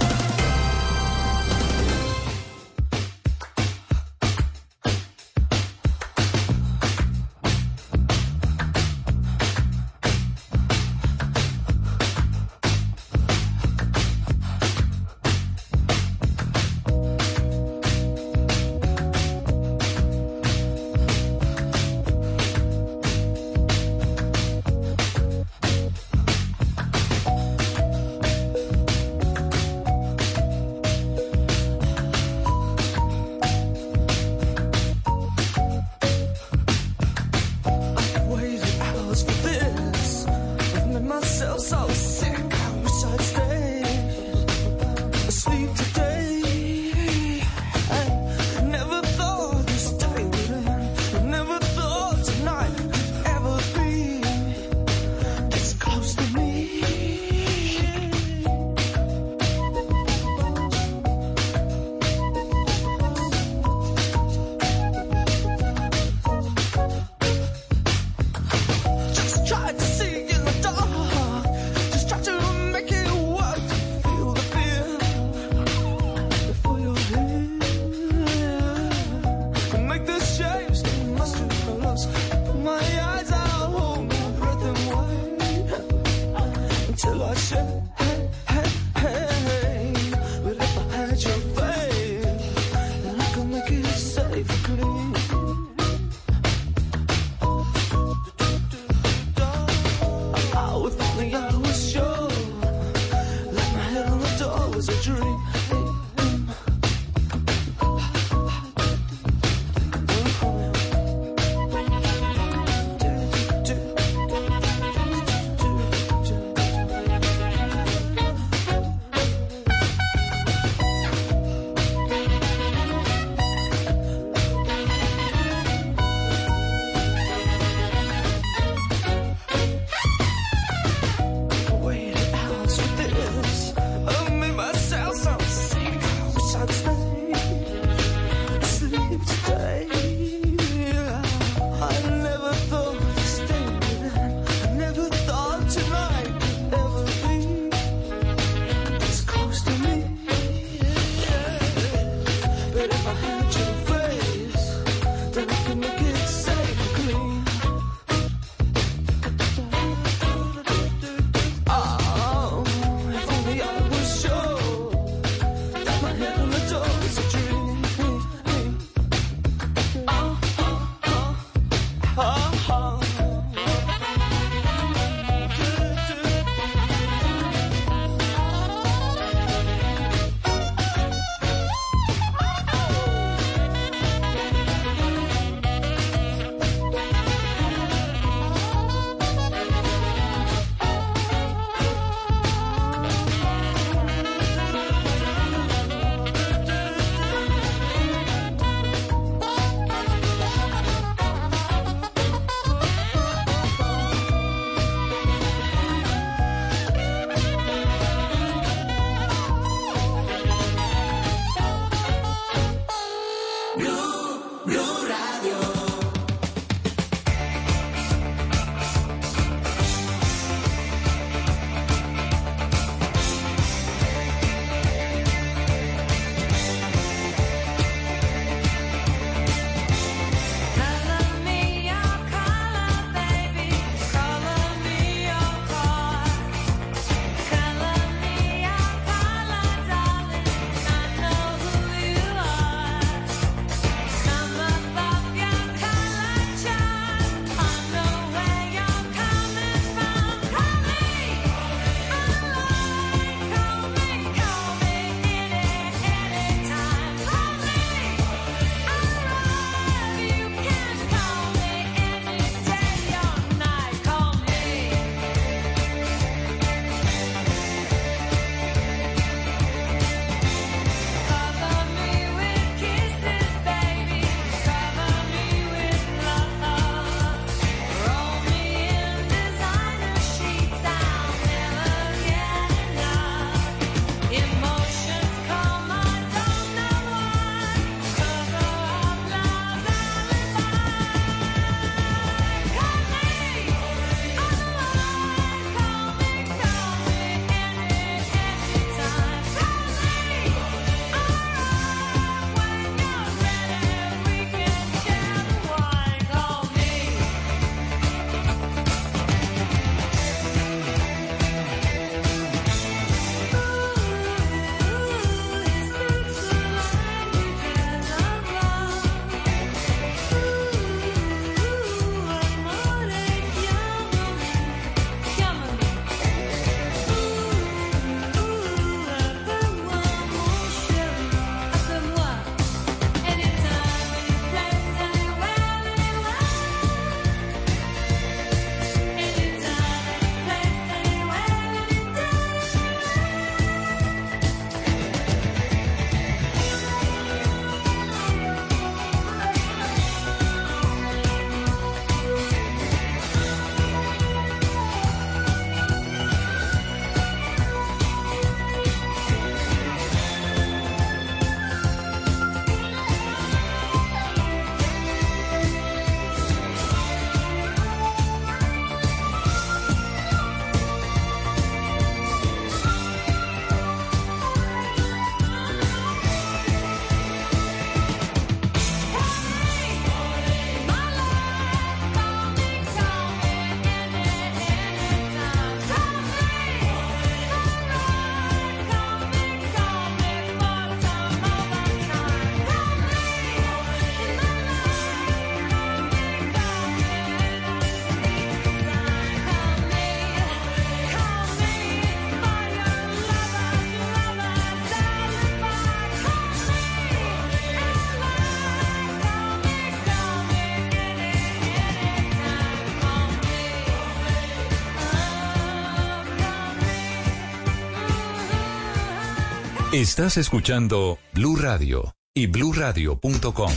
Speaker 4: Estás escuchando Blue Radio y blue radio punto com.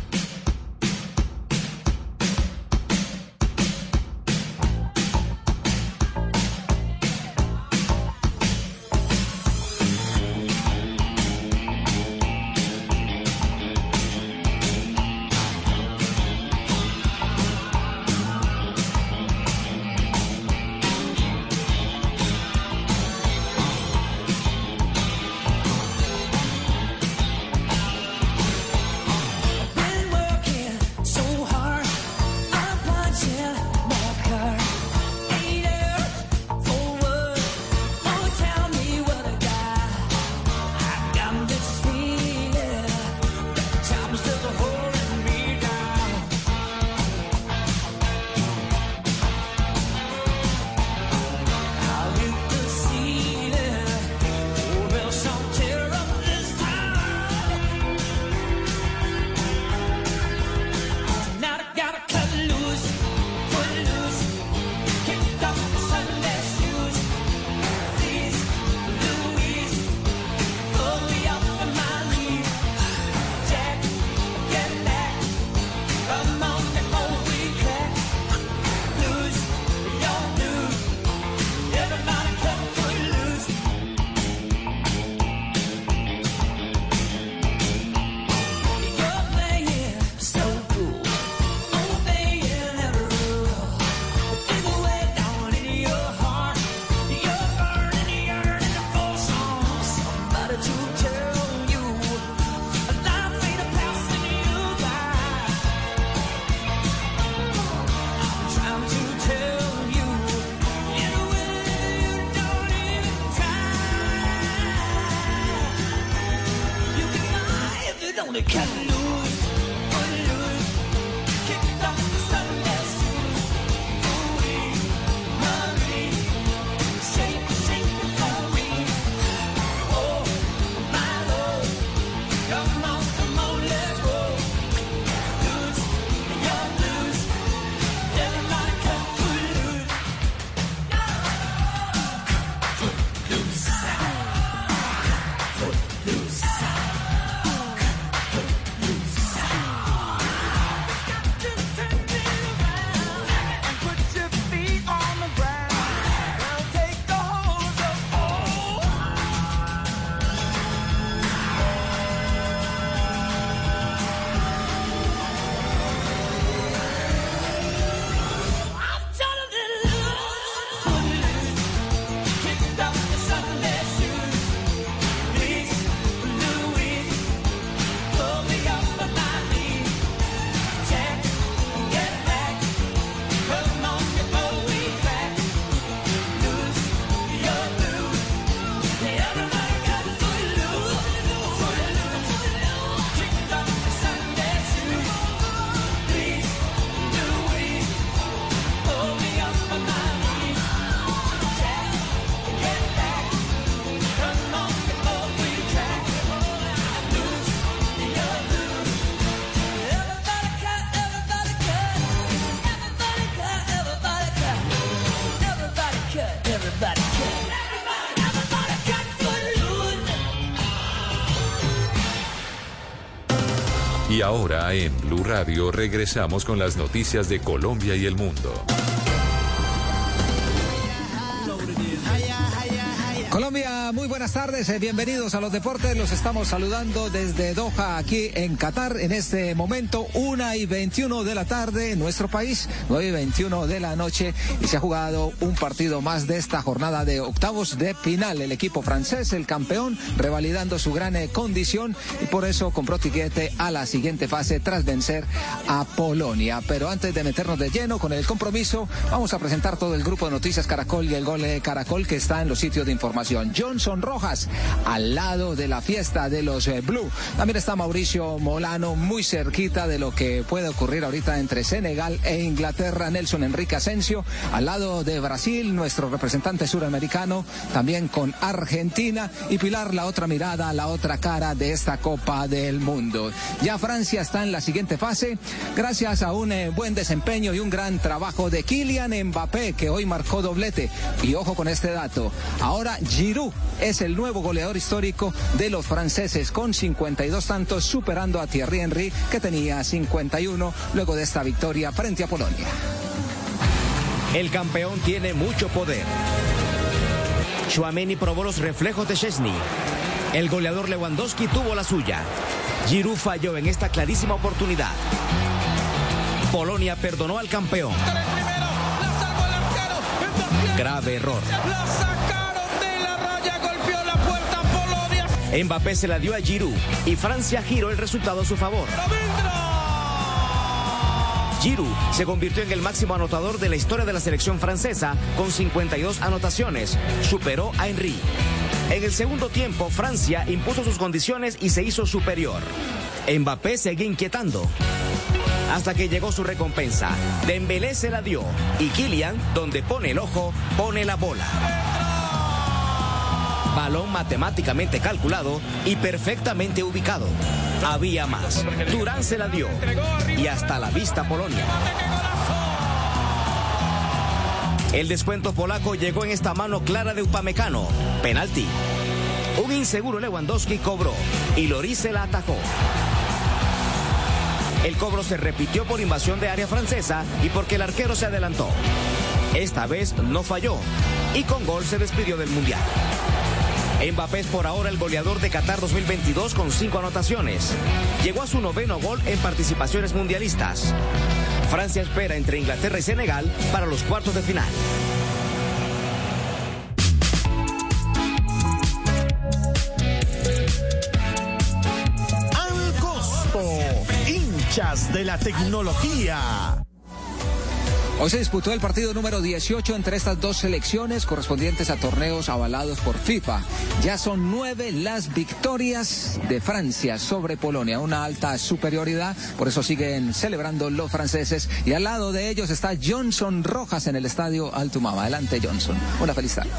Speaker 4: Y ahora en Blue Radio regresamos con las noticias de Colombia y el mundo.
Speaker 11: Colombia, muy buenas tardes, eh, bienvenidos a los deportes, los estamos saludando desde Doha, aquí en Qatar, en este momento, una y veintiuno de la tarde en nuestro país, nueve y veintiuno de la noche, y se ha jugado un partido más de esta jornada de octavos de final. El equipo francés, el campeón, revalidando su gran eh, condición, y por eso compró tiquete a la siguiente fase tras vencer a Polonia. Pero antes de meternos de lleno con el compromiso, vamos a presentar todo el grupo de Noticias Caracol y el Gol de Caracol que está en los sitios de información. Johnson Rojas, al lado de la fiesta de los eh, Blue. También está Mauricio Molano, muy cerquita de lo que puede ocurrir ahorita entre Senegal e Inglaterra. Nelson Enrique Asensio, al lado de Brasil, nuestro representante suramericano, también con Argentina. Y Pilar, la otra mirada, la otra cara de esta Copa del Mundo. Ya Francia está en la siguiente fase, gracias a un eh, buen desempeño y un gran trabajo de Kylian Mbappé, que hoy marcó doblete. Y ojo con este dato, ahora Giroud es el nuevo goleador histórico de los franceses con cincuenta y dos tantos, superando a Thierry Henry, que tenía cincuenta y uno luego de esta victoria frente a Polonia.
Speaker 1: El campeón tiene mucho poder. Tchouaméni probó los reflejos de Szczęsny. El goleador Lewandowski tuvo la suya. Giroud falló en esta clarísima oportunidad. Polonia perdonó al campeón. Grave error. Mbappé se la dio a Giroud y Francia giró el resultado a su favor. Giroud se convirtió en el máximo anotador de la historia de la selección francesa con cincuenta y dos anotaciones. Superó a Henry. En el segundo tiempo, Francia impuso sus condiciones y se hizo superior. Mbappé seguía inquietando hasta que llegó su recompensa. Dembélé se la dio y Kylian, donde pone el ojo, pone la bola. Balón matemáticamente calculado y perfectamente ubicado. Había más. Durán se la dio. Y hasta la vista Polonia. El descuento polaco llegó en esta mano clara de Upamecano. Penalti. Un inseguro Lewandowski cobró y Lloris se la atajó. El cobro se repitió por invasión de área francesa y porque el arquero se adelantó. Esta vez no falló y con gol se despidió del Mundial. Mbappé es por ahora el goleador de Qatar dos mil veintidós con cinco anotaciones. Llegó a su noveno gol en participaciones mundialistas. Francia espera entre Inglaterra y Senegal para los cuartos de final.
Speaker 15: Al costo, hinchas de la tecnología.
Speaker 11: Hoy se disputó el partido número dieciocho entre estas dos selecciones correspondientes a torneos avalados por FIFA. Ya son nueve las victorias de Francia sobre Polonia, una alta superioridad, por eso siguen celebrando los franceses. Y al lado de ellos está Johnson Rojas en el estadio Altumama. Adelante, Johnson. Una feliz tarde.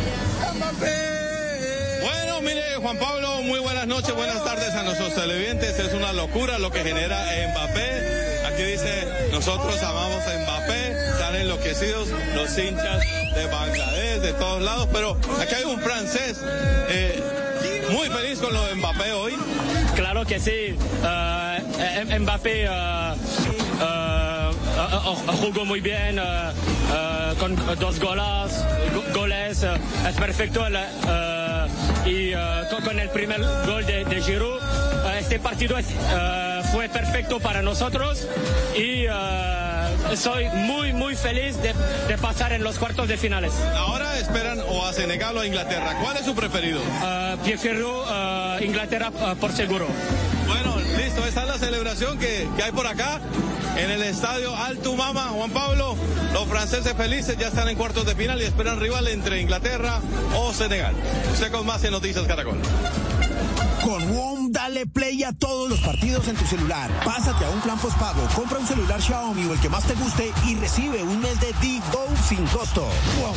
Speaker 16: Bueno, mire, Juan Pablo, muy buenas noches, buenas tardes a nuestros televidentes. Es una locura lo que genera Mbappé. Aquí dice, nosotros amamos a Mbappé, están enloquecidos los hinchas de Bangladesh, de todos lados, pero aquí hay un francés eh, muy feliz con lo de Mbappé hoy.
Speaker 17: Claro que sí, uh, Mbappé uh, uh, uh, jugó muy bien, uh, uh, con dos goles, goles uh, es perfecto, uh, y uh, con el primer gol de, de Giroud, uh, este partido es... Uh, fue perfecto para nosotros y uh, soy muy muy feliz de, de pasar en los cuartos de finales.
Speaker 16: Ahora esperan o a Senegal o a Inglaterra. ¿Cuál es su preferido?
Speaker 17: Uh, prefiero uh, Inglaterra uh, por seguro.
Speaker 16: Bueno, listo, esta es la celebración que, que hay por acá en el estadio Altumama. Juan Pablo, los franceses felices ya están en cuartos de final y esperan rival entre Inglaterra o Senegal. Usted con más en Noticias Caracol.
Speaker 15: Con WOM, dale play a todos los partidos en tu celular. Pásate a un plan postpago, compra un celular Xiaomi o el que más te guste y recibe un mes de D-Go sin costo. WOM.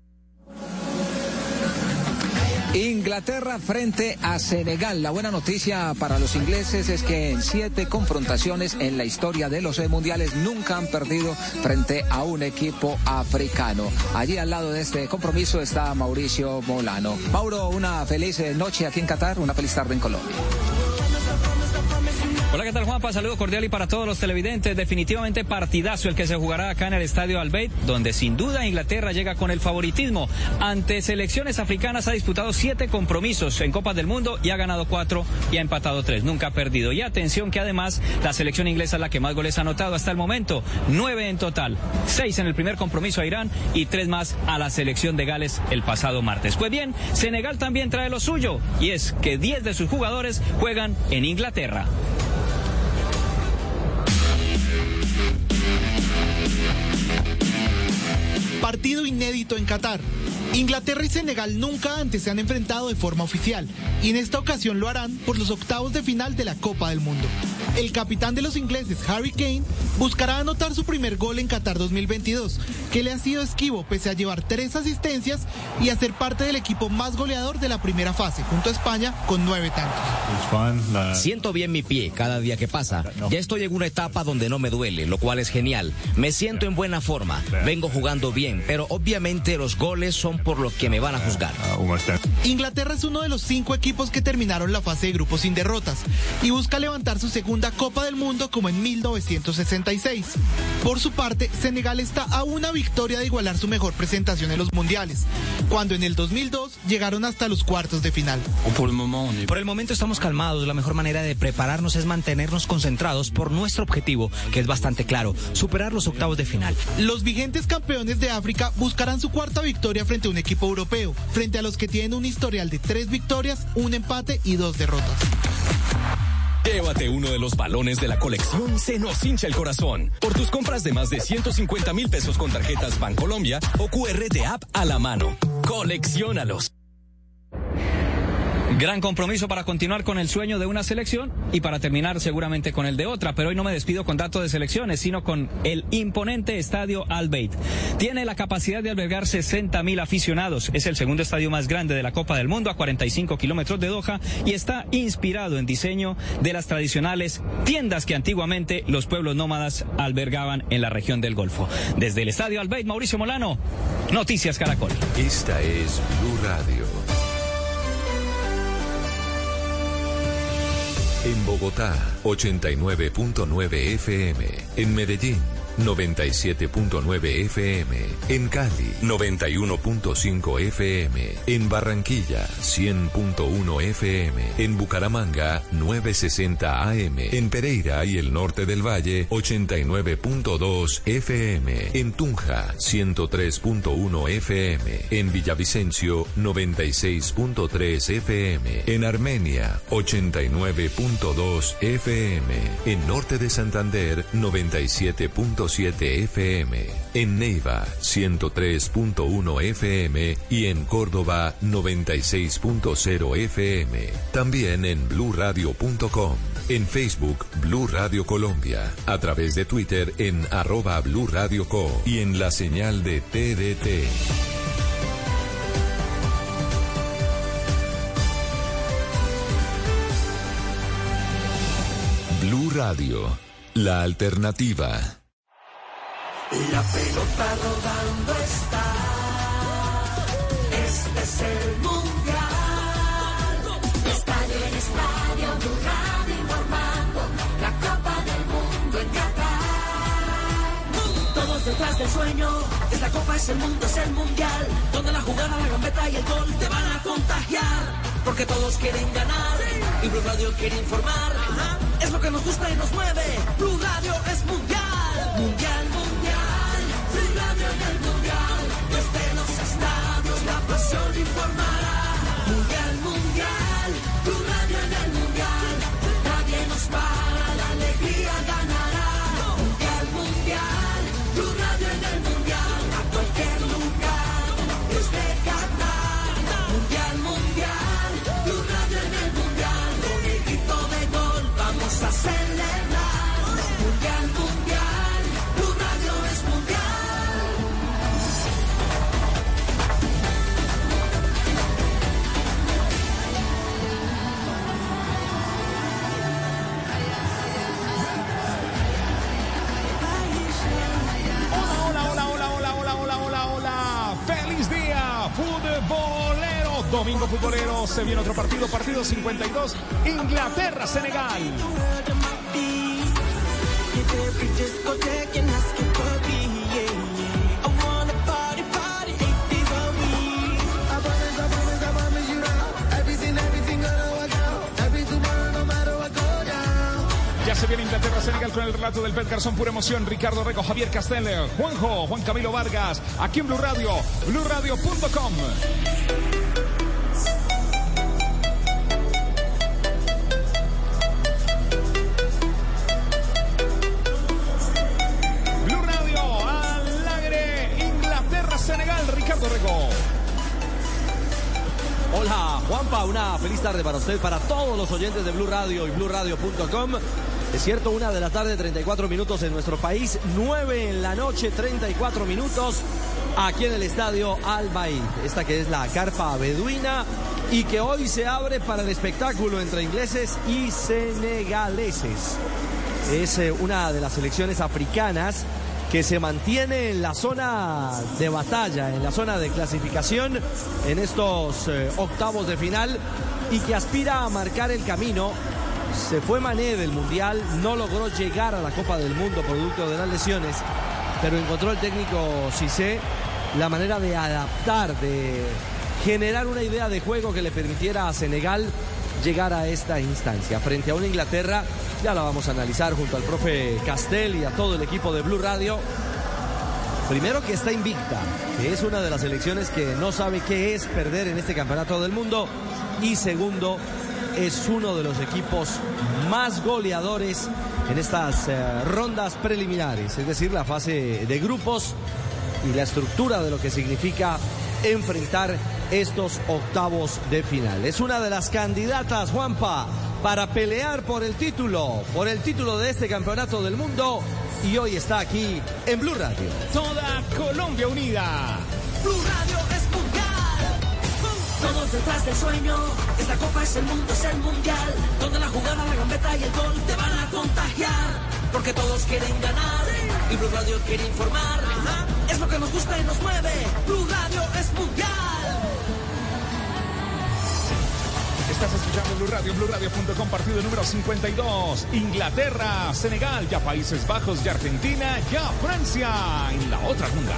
Speaker 11: Inglaterra frente a Senegal. La buena noticia para los ingleses es que en siete confrontaciones en la historia de los mundiales nunca han perdido frente a un equipo africano. Allí al lado de este compromiso está Mauricio Molano. Mauro, una feliz noche aquí en Qatar, una feliz tarde en Colombia.
Speaker 18: Hola, ¿qué tal, Juanpa? Saludo cordial y para todos los televidentes. Definitivamente partidazo el que se jugará acá en el Estadio Al Bayt, donde sin duda Inglaterra llega con el favoritismo. Ante selecciones africanas ha disputado siete compromisos en Copas del Mundo y ha ganado cuatro y ha empatado tres. Nunca ha perdido. Y atención que además la selección inglesa es la que más goles ha anotado hasta el momento. Nueve en total. Seis en el primer compromiso a Irán y tres más a la selección de Gales el pasado martes. Pues bien, Senegal también trae lo suyo y es que diez de sus jugadores juegan en Inglaterra.
Speaker 19: Partido inédito en Qatar. Inglaterra y Senegal nunca antes se han enfrentado de forma oficial y en esta ocasión lo harán por los octavos de final de la Copa del Mundo. El capitán de los ingleses, Harry Kane, buscará anotar su primer gol en Qatar dos mil veintidós, que le ha sido esquivo pese a llevar tres asistencias y a ser parte del equipo más goleador de la primera fase, junto a España con nueve tantos.
Speaker 1: Siento bien mi pie cada día que pasa. Ya estoy en una etapa donde no me duele, lo cual es genial. Me siento en buena forma, vengo jugando bien, pero obviamente los goles son por los que me van a juzgar.
Speaker 19: Inglaterra es uno de los cinco equipos que terminaron la fase de grupos sin derrotas y busca levantar su segunda Copa del Mundo como en mil novecientos sesenta y seis. Por su parte, Senegal está a una victoria de igualar su mejor presentación en los mundiales, cuando en el dos mil dos llegaron hasta los cuartos de final.
Speaker 6: Por el momento estamos calmados. La mejor manera de prepararnos es mantenernos concentrados por nuestro objetivo, que es bastante claro: superar los octavos de final.
Speaker 19: Los vigentes campeones de África buscarán su cuarta victoria frente a un equipo europeo, frente a los que tienen un historial de tres victorias, un empate y dos derrotas.
Speaker 7: Llévate uno de los balones de la colección Se Nos Hincha el Corazón por tus compras de más de ciento cincuenta mil pesos con tarjetas Bancolombia o Q R de app a la mano. Colecciónalos.
Speaker 18: Gran compromiso para continuar con el sueño de una selección y para terminar seguramente con el de otra, pero hoy no me despido con datos de selecciones, sino con el imponente estadio Al Bayt. Tiene la capacidad de albergar sesenta mil aficionados, es el segundo estadio más grande de la Copa del Mundo a cuarenta y cinco kilómetros de Doha y está inspirado en diseño de las tradicionales tiendas que antiguamente los pueblos nómadas albergaban en la región del Golfo. Desde el estadio Al Bayt, Mauricio Molano, Noticias Caracol.
Speaker 4: Esta es Blue Radio. En Bogotá, ochenta y nueve punto nueve F M. En Medellín, noventa y siete punto nueve F M. En Cali, noventa y uno punto cinco F M. En Barranquilla, cien punto uno F M. En Bucaramanga, novecientos sesenta A M. En Pereira y el norte del Valle, ochenta y nueve punto dos F M. En Tunja, ciento tres punto uno F M. En Villavicencio, noventa y seis punto tres F M. En Armenia, ochenta y nueve punto dos F M. En norte de Santander, noventa y siete punto siete F M. En Neiva, ciento tres punto uno F M. Y en Córdoba, noventa y seis punto cero F M. También en blue radio punto com. En Facebook, Blue Radio Colombia. A través de Twitter en arroba Blue Radio Co. Y en la señal de T D T. Blue Radio, la alternativa.
Speaker 14: La pelota rodando está. Este es el mundial. Estadio en estadio, Blue Radio informando. La Copa del Mundo en Qatar. Todos detrás del sueño. Es la Copa, es el mundo, es el mundial. Donde la jugada, la gambeta y el gol te van a contagiar. Porque todos quieren ganar. Y Blue Radio quiere informar. Ajá. Es lo que nos gusta y nos mueve. Blue Radio es mundial. Mundial, mundial. Blue Radio en el mundial. Desde los estadios la pasión informará. Mundial, mundial. Blue Radio en el mundial. Nadie nos para, la alegría ganará. Mundial, mundial. Blue Radio en el mundial. A cualquier lugar. Desde Qatar. Mundial, mundial. Blue Radio en el mundial. Con el grito de gol vamos a celebrar. Mundial, mundial. Blue Radio es mundial.
Speaker 20: Hola, hola, hola, hola, hola, hola, hola, hola. Feliz día, futbolero. Domingo futbolero, se viene otro partido, partido cincuenta y dos, Inglaterra, Senegal. Ya se viene Inglaterra, Senegal con el relato del Pet Garzón, pura emoción. Ricardo Rego, Javier Castel, Juanjo, Juan Camilo Vargas, aquí en Blue Radio, blue radio punto com. Blue Radio, al aire, Inglaterra, Senegal, Ricardo Rego.
Speaker 21: Hola, Juanpa, una feliz tarde para usted, para todos los oyentes de Blue Radio y blue radio punto com. Es cierto, una de la tarde, treinta y cuatro minutos en nuestro país, nueve en la noche, treinta y cuatro minutos, aquí en el estadio Al Bayt, esta que es la carpa beduina y que hoy se abre para el espectáculo entre ingleses y senegaleses. Es eh, una de las selecciones africanas que se mantiene en la zona de batalla, en la zona de clasificación en estos eh, octavos de final y que aspira a marcar el camino. Se fue Mané del Mundial, no logró llegar a la Copa del Mundo producto de las lesiones, pero encontró el técnico Cissé la manera de adaptar, de generar una idea de juego que le permitiera a Senegal llegar a esta instancia. Frente a una Inglaterra, ya la vamos a analizar junto al profe Castel y a todo el equipo de Blue Radio. Primero, que está invicta, que es una de las selecciones que no sabe qué es perder en este campeonato del mundo. Y segundo, es uno de los equipos más goleadores en estas eh, rondas preliminares, es decir, la fase de grupos y la estructura de lo que significa enfrentar estos octavos de final. Es una de las candidatas, Juanpa, para pelear por el título, por el título de este campeonato del mundo, y hoy está aquí en Blue Radio.
Speaker 20: Toda Colombia unida.
Speaker 14: Blue Radio es mundial. Todos detrás del sueño. Esta copa es el mundo, es el mundial. Donde la jugada, la gambeta y el gol te van a contagiar. Porque todos quieren ganar y Blue Radio quiere informar. Ajá. Es lo que nos gusta y nos mueve. Blue Radio es mundial.
Speaker 20: Estás escuchando Blue Radio, blue radio punto com, partido número cincuenta y dos. Inglaterra, Senegal, ya Países Bajos, ya Argentina, ya Francia en la otra ronda.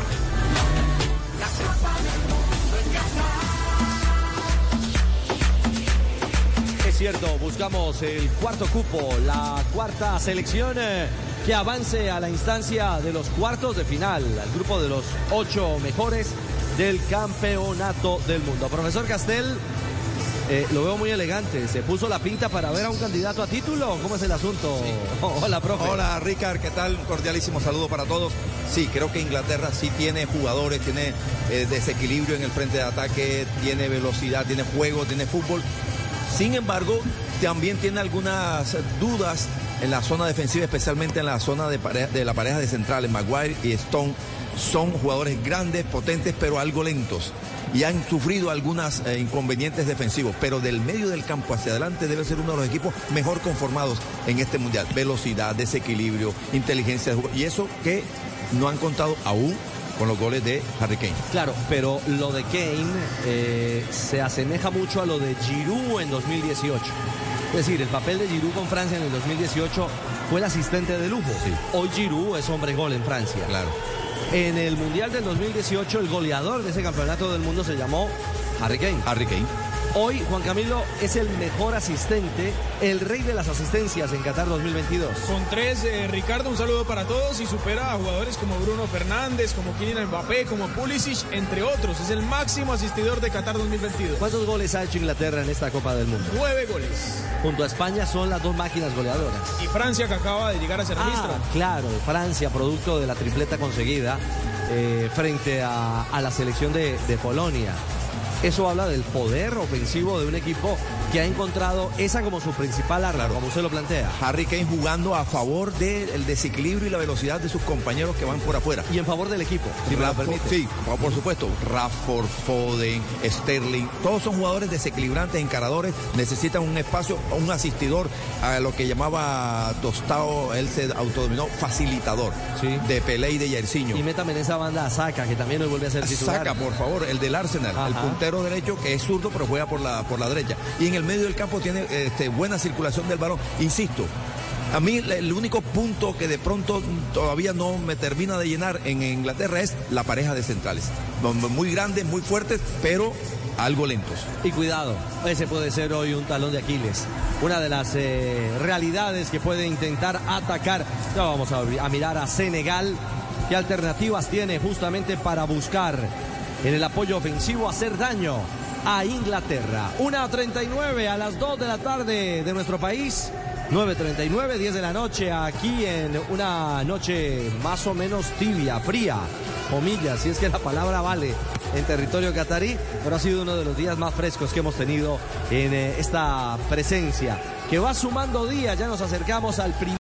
Speaker 21: Es cierto, buscamos el cuarto cupo, la cuarta selección eh, que avance a la instancia de los cuartos de final, al grupo de los ocho mejores del campeonato del mundo. Profesor Castel, Eh, lo veo muy elegante. ¿Se puso la pinta para ver a un candidato a título? ¿Cómo es el asunto? Sí. Hola, profe.
Speaker 5: Hola, Ricard. ¿Qué tal? Un cordialísimo saludo para todos. Sí, creo que Inglaterra sí tiene jugadores, tiene eh, desequilibrio en el frente de ataque, tiene velocidad, tiene juego, tiene fútbol. Sin embargo, también tiene algunas dudas en la zona defensiva, especialmente en la zona de, pareja, de la pareja de centrales. Maguire y Stone son jugadores grandes, potentes, pero algo lentos. Y han sufrido algunos eh, inconvenientes defensivos, pero del medio del campo hacia adelante debe ser uno de los equipos mejor conformados en este mundial. Velocidad, desequilibrio, inteligencia de juego, y eso que no han contado aún con los goles de Harry Kane.
Speaker 21: Claro, pero lo de Kane eh, se asemeja mucho a lo de Giroud en dos mil dieciocho. Es decir, el papel de Giroud con Francia en el dos mil dieciocho fue el asistente de lujo. Sí. Hoy Giroud es hombre gol en Francia.
Speaker 5: Claro.
Speaker 21: En el Mundial del dos mil dieciocho, el goleador de ese campeonato del mundo se llamó Harry Kane.
Speaker 5: Harry Kane.
Speaker 21: Hoy, Juan Camilo es el mejor asistente, el rey de las asistencias en Qatar dos mil veintidós.
Speaker 8: Con tres, eh, Ricardo, un saludo para todos, y supera a jugadores como Bruno Fernández, como Kylian Mbappé, como Pulisic, entre otros. Es el máximo asistidor de Qatar dos mil veintidós.
Speaker 21: ¿Cuántos goles ha hecho Inglaterra en esta Copa del Mundo?
Speaker 8: Nueve goles.
Speaker 21: Junto a España son las dos máquinas goleadoras.
Speaker 8: Y Francia, que acaba de llegar a ser registro.
Speaker 21: Ah, claro, Francia, producto de la tripleta conseguida eh, frente a, a la selección de, de Polonia. Eso habla del poder ofensivo de un equipo que ha encontrado esa como su principal arma, claro, como usted lo plantea.
Speaker 5: Harry Kane jugando a favor del desequilibrio y la velocidad de sus compañeros que van por afuera.
Speaker 21: Y en favor del equipo, si
Speaker 5: Rafford,
Speaker 21: me lo permite.
Speaker 5: Sí, por supuesto. Rashford, Foden, Sterling, todos son jugadores desequilibrantes, encaradores, necesitan un espacio, un asistidor, a lo que llamaba Tostao, él se autodominó, facilitador, sí, de Pelé y de Jairzinho.
Speaker 21: Y métame en esa banda a Saka, que también hoy vuelve a ser titular.
Speaker 5: Saka, por favor, el del Arsenal, ajá, el puntero derecho, que es zurdo pero juega por la, por la derecha, y en el medio del campo tiene este, buena circulación del balón. Insisto, a mí el único punto que de pronto todavía no me termina de llenar en Inglaterra es la pareja de centrales, muy grandes, muy fuertes, pero algo lentos.
Speaker 21: Y cuidado, ese puede ser hoy un talón de Aquiles, una de las eh, realidades que puede intentar atacar. Ya vamos a, a mirar a Senegal, qué alternativas tiene justamente para buscar en el apoyo ofensivo hacer daño a Inglaterra. una treinta y nueve a las dos de la tarde de nuestro país. nueve treinta y nueve, diez de la noche, aquí en una noche más o menos tibia, fría, comillas, si es que la palabra vale, en territorio catarí, pero ha sido uno de los días más frescos que hemos tenido en eh, esta presencia, que va sumando días. Ya nos acercamos al primer